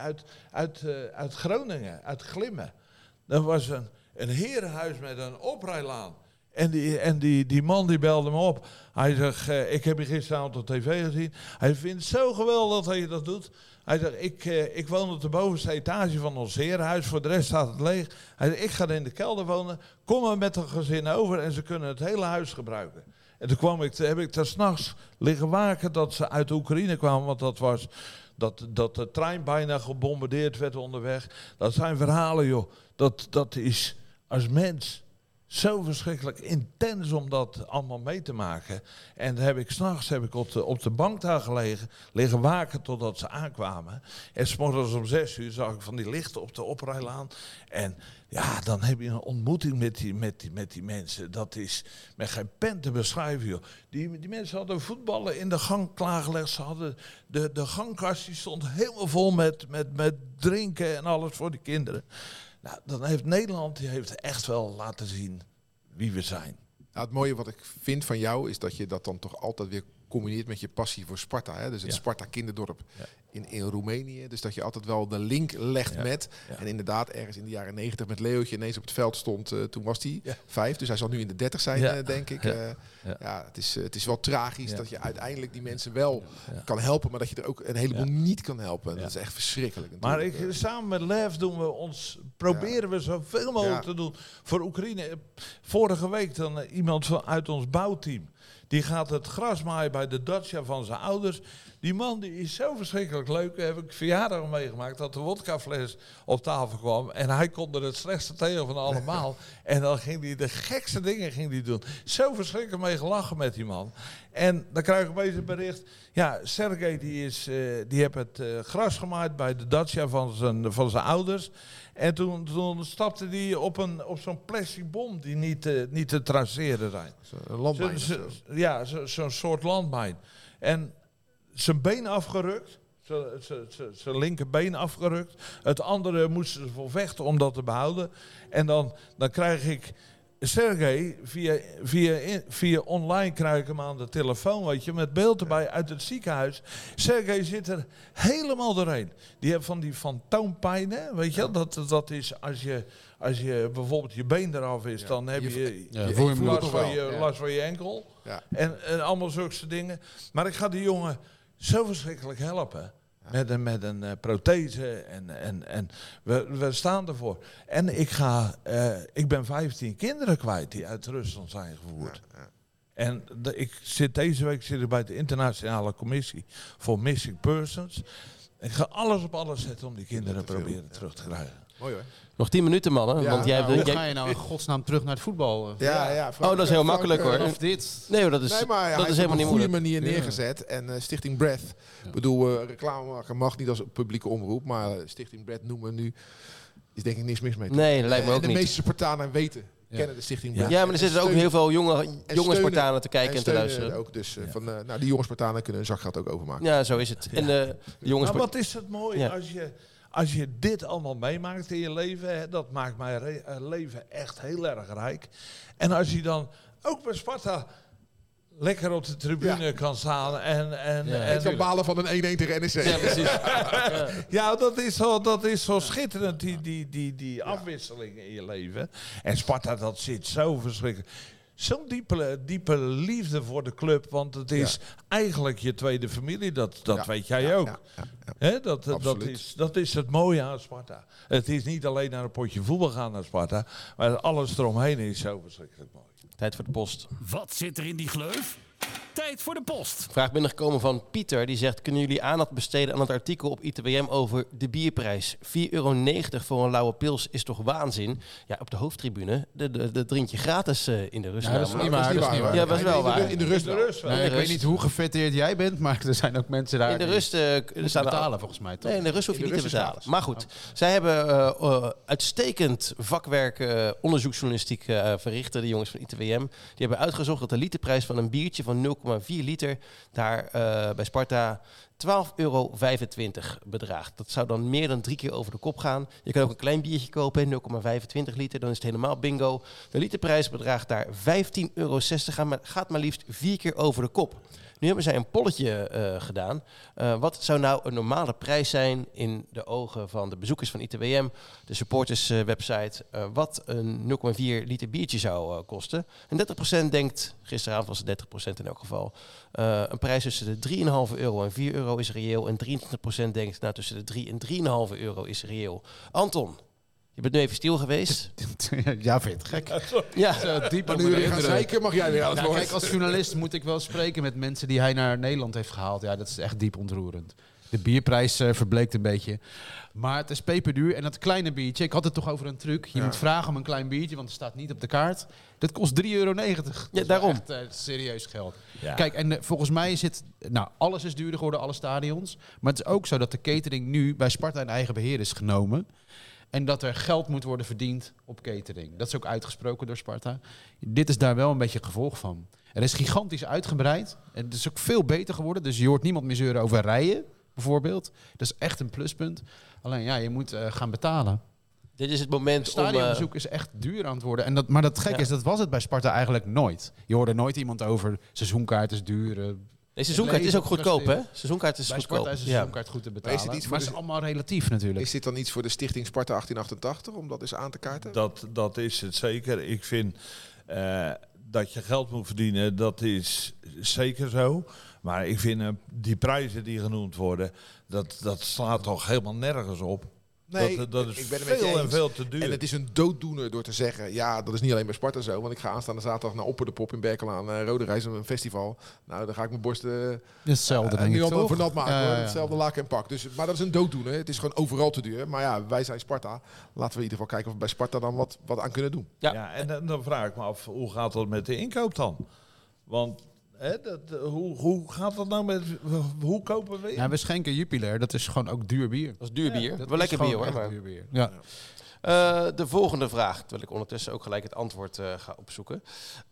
uit Groningen, uit Glimmen. Dat was een herenhuis met een oprijlaan. En die man die belde me op. Hij zegt, ik heb je gisteravond op tv gezien. Hij vindt het zo geweldig dat je dat doet. Hij zegt, ik woon op de bovenste etage van ons herenhuis. Voor de rest staat het leeg. Hij zegt, ik ga in de kelder wonen. Kom maar met een gezin over en ze kunnen het hele huis gebruiken. En toen heb ik daar 's nachts liggen waken dat ze uit Oekraïne kwamen. Want dat was dat de trein bijna gebombardeerd werd onderweg. Dat zijn verhalen, joh. Dat is als mens zo verschrikkelijk intens om dat allemaal mee te maken. En dan heb ik 's nachts op de bank daar liggen waken totdat ze aankwamen. En 's morgens om 6 uur zag ik van die lichten op de oprijlaan. En ja, dan heb je een ontmoeting met die mensen. Dat is met geen pen te beschrijven, joh. Die mensen hadden voetballen in de gang klaargelegd. Ze hadden de gangkast die stond helemaal vol met drinken en alles voor die kinderen. Nou, dan heeft Nederland echt wel laten zien wie we zijn. Nou, het mooie wat ik vind van jou is dat je dat dan toch altijd weer combineert met je passie voor Sparta. Hè? Dus het Sparta kinderdorp in Roemenië. Dus dat je altijd wel de link legt met. Ja. En inderdaad, ergens in de jaren 90 met Leeuwtje ineens op het veld stond. Toen was hij 5. Dus hij zal nu in de 30 zijn, denk ik. Het is wel tragisch dat je uiteindelijk die mensen wel kan helpen. Maar dat je er ook een heleboel niet kan helpen. Dat is echt verschrikkelijk. Maar samen met Lef proberen we zoveel mogelijk te doen voor Oekraïne. Vorige week dan iemand uit ons bouwteam. Die gaat het gras maaien bij de dacia van zijn ouders. Die man die is zo verschrikkelijk leuk. Heb ik verjaardag meegemaakt dat de wodkafles op tafel kwam. En hij kon er het slechtste tegen van allemaal. En dan ging hij de gekste dingen doen. Zo verschrikkelijk mee gelachen met die man. En dan krijg ik opeens een bericht. Ja, Sergej die heeft het gras gemaaid bij de dacia van zijn ouders. En toen stapte hij op zo'n plastic bom die niet te traceren zijn. Een landmijn. Zo'n soort landmijn. En zijn been afgerukt. Zijn linkerbeen afgerukt. Het andere moesten ze voor vechten om dat te behouden. En dan krijg ik Sergej, via online krijg ik hem aan de telefoon, weet je, met beeld erbij uit het ziekenhuis. Sergej zit er helemaal doorheen. Die heeft van die fantoompijn, hè, weet je, dat is als je bijvoorbeeld je been eraf is, dan heb je last van je enkel. Ja. En allemaal zulke dingen. Maar ik ga die jongen zo verschrikkelijk helpen. Met een prothese en we staan ervoor. En ik ben 15 kinderen kwijt die uit Rusland zijn gevoerd. Ja. En deze week zit ik bij de internationale commissie voor missing persons. Ik ga alles op alles zetten om die kinderen proberen terug te krijgen. Mooi hoor. Nog 10 minuten, mannen. Want hoe ga je nou in godsnaam terug naar het voetbal? Frank, dat is heel makkelijk hoor. Of dit. Nee, dat is helemaal niet moeilijk. Op een goede manier neergezet. En Stichting Breath. Ik bedoel, reclame maken mag niet als publieke omroep. Maar Stichting Breath noemen we nu. Is denk ik niks mis mee. Nee, dat lijkt me ook niet. De meeste Spartanen weten. Kennen de Stichting Breath. Ja, maar er zitten ook heel veel jonge Spartanen te kijken en te luisteren. Ook dus die jonge Spartanen kunnen hun zakgeld ook overmaken. Ja, zo is het. En de jonge maar wat is het mooi als je dit allemaal meemaakt in je leven. Hè, dat maakt mijn leven echt heel erg rijk. En als je dan ook bij Sparta lekker op de tribune kan staan. En kan balen van een 1-1 tegen NEC. Ja, precies. Ja, dat is zo schitterend, die afwisseling in je leven. En Sparta, dat zit zo verschrikkelijk. Zo'n diepe liefde voor de club. Want het is eigenlijk je tweede familie. Dat weet jij ook. Hè, dat is het mooie aan Sparta. Het is niet alleen naar een potje voetbal gaan naar Sparta. Maar alles eromheen is zo verschrikkelijk mooi. Tijd voor de post. Wat zit er in die gleuf? Tijd voor de post. Vraag binnengekomen van Pieter. Die zegt, kunnen jullie aandacht besteden aan het artikel op ITWM over de bierprijs? €4,90 voor een lauwe pils is toch waanzin? Ja, op de hoofdtribune, de drink je gratis in de rust. Ja, dat is niet waar. Ja, dat is wel waar. In de rust. Nee, ik weet niet hoe gefetteerd jij bent, maar er zijn ook mensen daar in de rust staan betalen volgens mij, toch? Nee, in de rust hoef je niet te betalen. Maar goed, zij hebben uitstekend vakwerk onderzoeksjournalistiek verricht, de jongens van ITWM. Die hebben uitgezocht dat de literprijs van een biertje van 0,4 liter daar bij Sparta €12,25 bedraagt. Dat zou dan meer dan 3 keer over de kop gaan. Je kan ook een klein biertje kopen, 0,25 liter. Dan is het helemaal bingo. De literprijs bedraagt daar €15,60. Gaat maar liefst 4 keer over de kop. Nu hebben zij een polletje gedaan. Wat zou nou een normale prijs zijn in de ogen van de bezoekers van ITWM, de supporterswebsite, wat een 0,4 liter biertje zou kosten? En 30% denkt, gisteravond was het 30% in elk geval, een prijs tussen de €3,5 en €4 is reëel. En 23% denkt, nou tussen de 3 en €3,5 is reëel. Anton, je bent nu even stil geweest. Ja, vind je het gek? Ja. Zo diep Maar nu jullie gaan zeiken, mag jij weer aan het woord. Kijk, als journalist moet ik wel spreken met mensen die hij naar Nederland heeft gehaald. Ja, dat is echt diep ontroerend. De bierprijs verbleekt een beetje. Maar het is peperduur. En dat kleine biertje, ik had het toch over een truc. Je moet vragen om een klein biertje, want het staat niet op de kaart. Dat kost €3,90. Ja, daarom. Echt serieus geld. Ja. Kijk, en volgens mij alles is duurder geworden, alle stadions. Maar het is ook zo dat de catering nu bij Sparta in eigen beheer is genomen. En dat er geld moet worden verdiend op catering. Dat is ook uitgesproken door Sparta. Dit is daar wel een beetje gevolg van. Er is gigantisch uitgebreid. En het is ook veel beter geworden. Dus je hoort niemand meer zeuren over rijden, bijvoorbeeld. Dat is echt een pluspunt. Alleen ja, je moet gaan betalen. Dit is het moment om... Stadionbezoek is echt duur aan het worden. Maar dat gek is, dat was het bij Sparta eigenlijk nooit. Je hoorde nooit iemand over seizoenkaart is duur. Nee, seizoenkaart is ook goedkoop, hè? Seizoenkaart is Bij goedkoop. Sparta is een seizoenkaart goed te betalen. Maar is het iets voor Maar het is allemaal relatief natuurlijk. Is dit dan iets voor de stichting Sparta 1888 om dat eens aan te kaarten? Dat is het zeker. Ik vind dat je geld moet verdienen, dat is zeker zo. Maar ik vind die prijzen die genoemd worden, dat slaat toch helemaal nergens op. Nee, dat is ik ben het met je veel en eens. veel te duur. En het is een dooddoener door te zeggen, ja, dat is niet alleen bij Sparta zo. Want ik ga aanstaande zaterdag naar Opper de Pop in Berkelaan, Rode Reis, een festival. Nou, dan ga ik mijn borsten Hetzelfde denk ik niet toch? voor nat maken. Ja, Hoor. ja. Hetzelfde laken en pak. Dus, maar dat is een dooddoener. Het is gewoon overal te duur. Maar ja, wij zijn Sparta. Laten we in ieder geval kijken of we bij Sparta dan wat aan kunnen doen. Ja, en dan vraag ik me af, hoe gaat dat met de inkoop dan? Want hoe gaat dat nou met, hoe kopen we in? Ja, we schenken Jupiler, dat is gewoon ook duur bier. Dat is duur bier. Dat Wel is lekker gewoon bier, hoor. echt Maar. duur bier. Ja. De volgende vraag, terwijl ik ondertussen ook gelijk het antwoord ga opzoeken.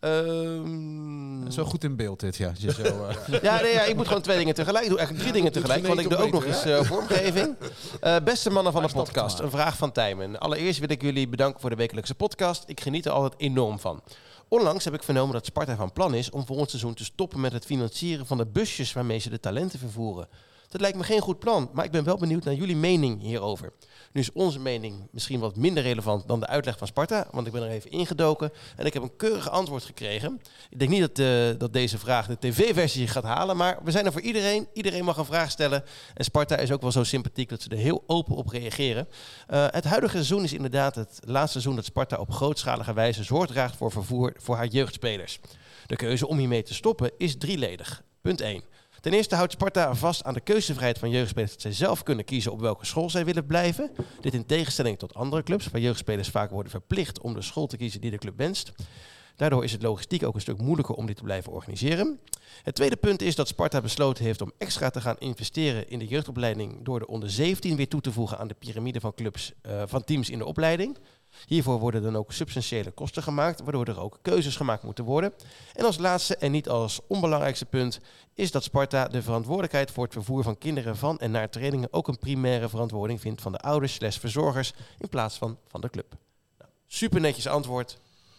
Zo goed in beeld dit, ja. Je zo, Ja, ik moet gewoon 2 dingen tegelijk. Ik doe eigenlijk 3 dingen tegelijk, want ik doe ook nog eens vormgeving. Beste mannen van de podcast, een vraag van Tijmen. Allereerst wil ik jullie bedanken voor de wekelijkse podcast. Ik geniet er altijd enorm van. Onlangs heb ik vernomen dat Sparta van plan is om volgend seizoen te stoppen met het financieren van de busjes waarmee ze de talenten vervoeren. Dat lijkt me geen goed plan, maar ik ben wel benieuwd naar jullie mening hierover. Nu is onze mening misschien wat minder relevant dan de uitleg van Sparta, want ik ben er even ingedoken en ik heb een keurig antwoord gekregen. Ik denk niet dat deze vraag de tv-versie gaat halen, maar we zijn er voor iedereen. Iedereen mag een vraag stellen en Sparta is ook wel zo sympathiek dat ze er heel open op reageren. Het huidige seizoen is inderdaad het laatste seizoen dat Sparta op grootschalige wijze zorg draagt voor vervoer voor haar jeugdspelers. De keuze om hiermee te stoppen is drieledig. Punt 1. Ten eerste houdt Sparta vast aan de keuzevrijheid van jeugdspelers dat zij zelf kunnen kiezen op welke school zij willen blijven. Dit in tegenstelling tot andere clubs, waar jeugdspelers vaak worden verplicht om de school te kiezen die de club wenst. Daardoor is het logistiek ook een stuk moeilijker om dit te blijven organiseren. Het tweede punt is dat Sparta besloten heeft om extra te gaan investeren in de jeugdopleiding door de onder 17 weer toe te voegen aan de piramide van clubs van teams in de opleiding. Hiervoor worden dan ook substantiële kosten gemaakt, waardoor er ook keuzes gemaakt moeten worden. En als laatste en niet als onbelangrijkste punt is dat Sparta de verantwoordelijkheid voor het vervoer van kinderen van en naar trainingen ook een primaire verantwoording vindt van de ouders/verzorgers in plaats van de club. Nou, super netjes antwoord.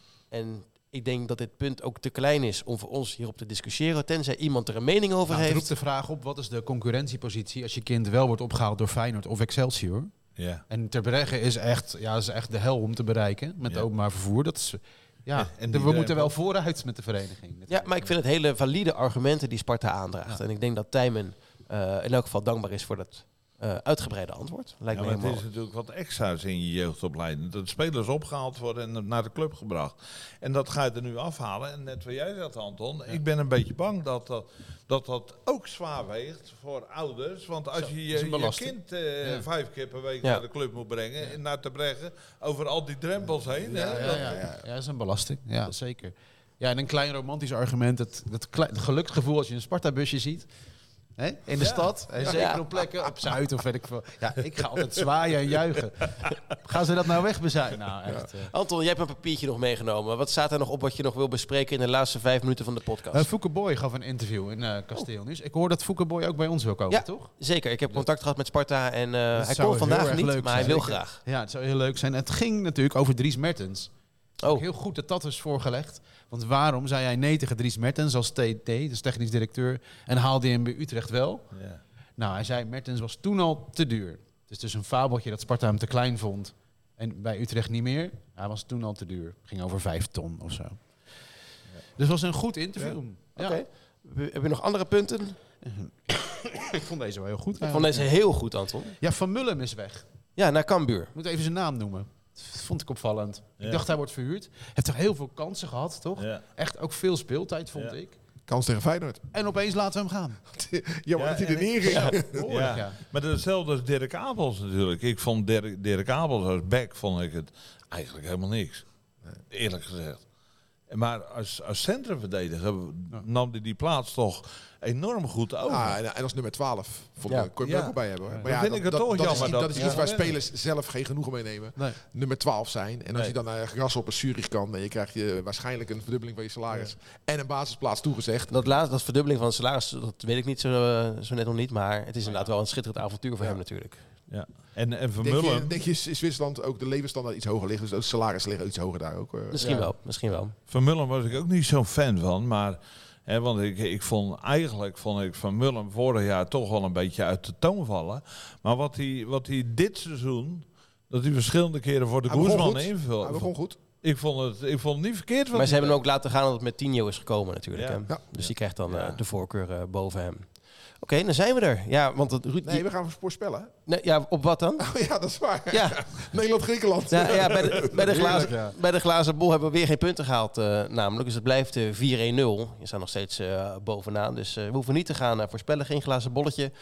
En ik denk dat dit punt ook te klein is om voor ons hierop te discussiëren, tenzij iemand er een mening over het heeft. roept de vraag op, wat is de concurrentiepositie als je kind wel wordt opgehaald door Feyenoord of Excelsior? Ja. En Terbregge is echt de hel om te bereiken met openbaar vervoer. Dat is, en we moeten wel vooruit met de vereniging. Ja, maar ik vind het hele valide argumenten die Sparta aandraagt. Ja. En ik denk dat Tijmen in elk geval dankbaar is voor dat uitgebreide antwoord. Lijkt me maar helemaal. het is natuurlijk wat extra's in je jeugdopleiding. Dat spelers opgehaald worden en naar de club gebracht. En dat ga je er nu afhalen. En net wat jij zegt, Anton, ik ben een beetje bang dat ook zwaar weegt voor ouders. Want als je je kind 5 keer per week naar de club moet brengen en naar te brengen over al die drempels heen. Ja, dat is een belasting. Ja, zeker. Ja, en een klein romantisch argument, het geluksgevoel als je een Sparta-busje ziet. Hè? In de stad, en zeker op plekken, op Zuid of weet ik veel. Ja, ik ga altijd zwaaien en juichen. Gaan ze dat nou wegbezuinen? Nou, echt. Anton, jij hebt een papiertje nog meegenomen. Wat staat er nog op wat je nog wil bespreken in de laatste 5 minuten van de podcast? Fouke Boy gaf een interview in Kasteel Nieuws. Ik hoor dat Fouke Boy ook bij ons wil komen, toch? Zeker. Ik heb contact gehad met Sparta en hij kon vandaag niet, maar hij wil graag. Ja, het zou heel leuk zijn. Het ging natuurlijk over Dries Mertens. Oh. Heel goed dat dat is voorgelegd. Want waarom zei hij nee tegen Dries Mertens als TD, dus technisch directeur, en haalde hij hem bij Utrecht wel? Ja. Nou, hij zei Mertens was toen al te duur. Het is dus een fabeltje dat Sparta hem te klein vond. En bij Utrecht niet meer. Hij was toen al te duur. Ging over 5 ton of zo. Ja. Dus het was een goed interview. Ja. Oké. Heb je nog andere punten? Ik vond deze wel heel goed. Ik vond deze heel goed, Anton. Ja, Van Mullen is weg. Ja, naar Cambuur. Ik moet even zijn naam noemen. Dat vond ik opvallend. Ja. Ik dacht hij wordt verhuurd. Heeft toch heel veel kansen gehad, toch? Ja. Echt ook veel speeltijd, vond ik. Kans tegen Feyenoord. En opeens laten we hem gaan. Jammer dat hij er neer ging. Behoorlijk, Ja. Maar hetzelfde als Dirk Abels natuurlijk. Ik vond Dirk Abels als back vond ik het eigenlijk helemaal niks. Eerlijk gezegd. Maar als centrumverdediger nam hij die plaats toch enorm goed over. En als nummer 12 kon je hem ook bij hebben. Hoor. Maar Dan vind ik het toch jammer. Dat is iets waar spelers zelf geen genoegen mee nemen. Nee. Nummer 12 zijn. En als je dan naar Grasshopper Zurich kan, dan krijg je waarschijnlijk een verdubbeling van je salaris. En een basisplaats toegezegd. Dat verdubbeling van het salaris, dat weet ik niet zo net nog niet. Maar het is inderdaad wel een schitterend avontuur voor hem natuurlijk. Ja. En Vermullen. Denk je in Zwitserland ook de levensstandaard iets hoger ligt? Dus de salarissen liggen iets hoger daar ook? Misschien wel. Vermullen was ik ook niet zo'n fan van. Maar Want ik vond Van Mullen vorig jaar toch wel een beetje uit de toon vallen. Maar wat hij dit seizoen, dat hij verschillende keren voor de Guzman invult. Hij begon goed. Ik vond het niet verkeerd. Maar ze hebben hem ook laten gaan dat het met Tinho is gekomen natuurlijk. Ja. Hè? Ja. Dus die krijgt dan de voorkeur boven hem. Oké, dan zijn we er. Ja, want Ruud... Nee, we gaan voorspellen. Nee, ja, op wat dan? Oh ja, dat is waar. Ja. Nederland-Griekenland. Ja, bij de glazen bol hebben we weer geen punten gehaald namelijk. Dus het blijft 4-1-0. Je staat nog steeds bovenaan. Dus we hoeven niet te gaan voorspellen. Geen glazen bolletje.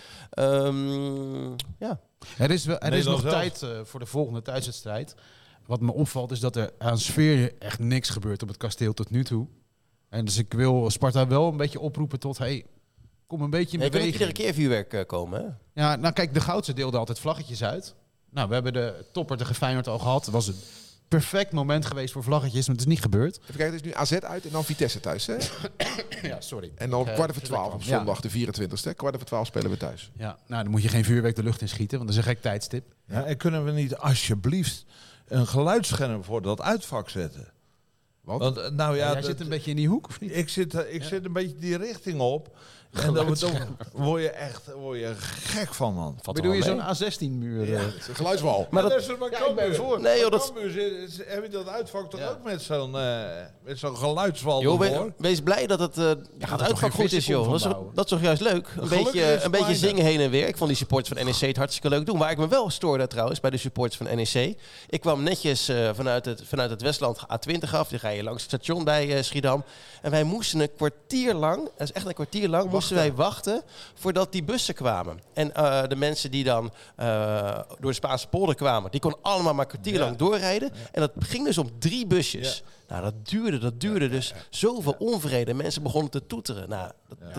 Ja. Er is nog tijd voor de volgende thuiswedstrijd. Wat me opvalt is dat er aan sfeer echt niks gebeurt op het kasteel tot nu toe. En dus ik wil Sparta wel een beetje oproepen tot... Kom een beetje in Je beweging. kunt iedere keer vuurwerk komen, hè? Ja, nou kijk, de Goudse deelde altijd vlaggetjes uit. Nou, we hebben de topper tegen Feyenoord al gehad. Het was een perfect moment geweest voor vlaggetjes, maar het is niet gebeurd. Even kijken, het is nu AZ uit en dan Vitesse thuis, hè? Ja, sorry. En dan 11:45 op zondag, de 24e. 11:45 spelen we thuis. Ja, nou dan moet je geen vuurwerk de lucht in schieten, want dat is een gek tijdstip. Ja, en kunnen we niet alsjeblieft een geluidsscherm voor dat uitvak zetten? Wat? Want, nou ja, Jij zit een beetje in die hoek, of niet? Ik zit een beetje die richting op. En dan word je gek van, man. Bedoel je zo'n A16-muur? Ja, het is een geluidswal. Maar dat dat... is er maar Cambuur. Nee, joh, dat... Heb je dat uitvak toch ook met zo'n geluidswal Joh, ervoor? wees blij dat het uitvak goed is, joh. Dat is toch juist leuk? Een beetje zingen heen en weer. Ik vond die supporters van NEC het hartstikke leuk doen. Waar ik me wel stoorde trouwens, bij de supporters van NEC. Ik kwam netjes vanuit het Westland A20 af. Die ga je langs het station bij Schiedam. En wij moesten een kwartier lang, dat is echt een kwartier lang, moesten wij wachten voordat die bussen kwamen. En de mensen die dan door de Spaanse polder kwamen, die konden allemaal maar een kwartier lang doorrijden. Ja. En dat ging dus om 3 busjes. Ja. Nou, dat duurde dus zoveel onvrede. Mensen begonnen te toeteren. Nou,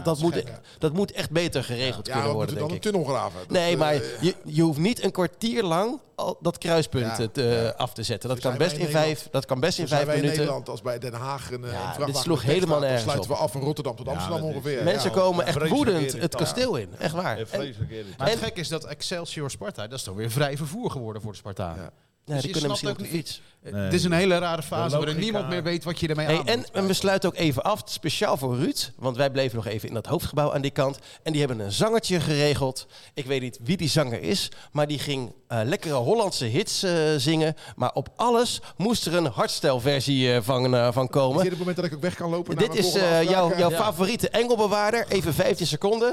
dat moet echt beter geregeld kunnen worden, denk ik. Ja, dan een tunnel graven. Nee, maar je hoeft niet een kwartier lang dat kruispunt af te zetten. Dat kan best in 5 minuten. In Nederland als bij Den Haag een vrachtwagen. Dit sloeg helemaal nergens op. Sluiten we af van Rotterdam tot Amsterdam ongeveer. Mensen komen echt woedend het kasteel in. Echt waar. Maar het gek is dat Excelsior Sparta, dat is toch weer vrij vervoer geworden voor de Spartanen. Ja. Ja, dus die kunnen misschien op de fiets. Nee. Het is een hele rare fase waarin niemand meer weet wat je ermee aan moet. En we sluiten ook even af, speciaal voor Ruud. Want wij bleven nog even in dat hoofdgebouw aan die kant. En die hebben een zangertje geregeld. Ik weet niet wie die zanger is. Maar die ging lekkere Hollandse hits zingen. Maar op alles moest er een hardstyle-versie van komen. Is dit het moment dat ik ook weg kan lopen? Dit is jouw favoriete engelbewaarder. Even 15 seconden.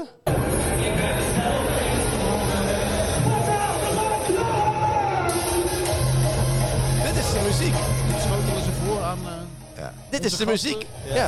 Muziek. Dit schotelen ze voor aan... Dit is de muziek. Ja.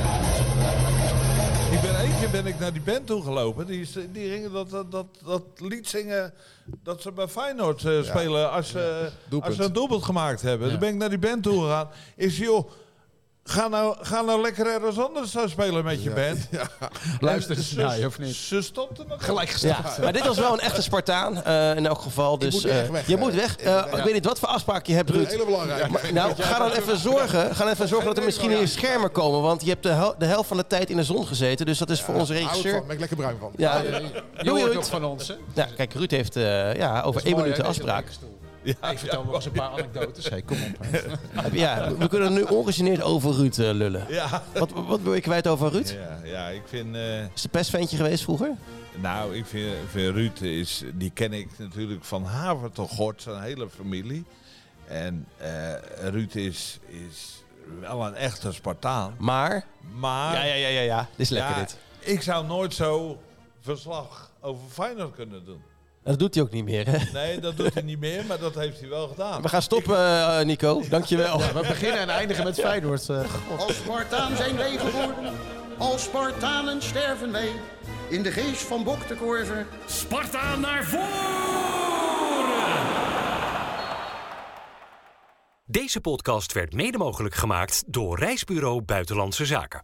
Één keer ben ik naar die band toegelopen. Die gingen dat lied zingen dat ze bij Feyenoord spelen als ze een doelpunt gemaakt hebben. Ja. Dan ben ik naar die band toegegaan. Is joh, ga nou lekker ergens anders spelen met je band. Ja. Luister eens naar je, of niet? Ze stopten nog. Gelijk gestopt. Ja, maar dit was wel een echte Spartaan in elk geval. Dus je moet weg. Ik weet niet wat voor afspraak je hebt, Ruud. Dat is heel belangrijk. Nou, ga dan even zorgen dat er misschien hier schermen komen. Want je hebt de helft van de tijd in de zon gezeten. Dus dat is voor onze regisseur. Daar ben ik lekker bruin van. Ja, je hoort ook van ons, hè? Ja, kijk, Ruud heeft over 1 minuut de afspraak. Ja, ik vertel nog eens een paar anekdotes. Hey, kom op. Ja, we kunnen nu ongegeneerd over Ruud lullen. Ja. Wat wil je kwijt over Ruud? Ja, ik vind... Is de pestventje geweest vroeger? Nou, ik vind Ruud die ken ik natuurlijk van Haver tot Gort, zijn hele familie. En Ruud is wel een echte Spartaan. Maar? Ja. Dit is lekker dit. Ik zou nooit zo verslag over Feyenoord kunnen doen. Dat doet hij ook niet meer, hè? Nee, dat doet hij niet meer, maar dat heeft hij wel gedaan. We gaan stoppen, Nico. Dankjewel. Ja, we beginnen en eindigen met Feyenoord. Als Spartaan zijn wij geboren, als Spartanen sterven wij. In de geest van Bok de Korver. Sparta naar voren! Deze podcast werd mede mogelijk gemaakt door Reisbureau Buitenlandse Zaken.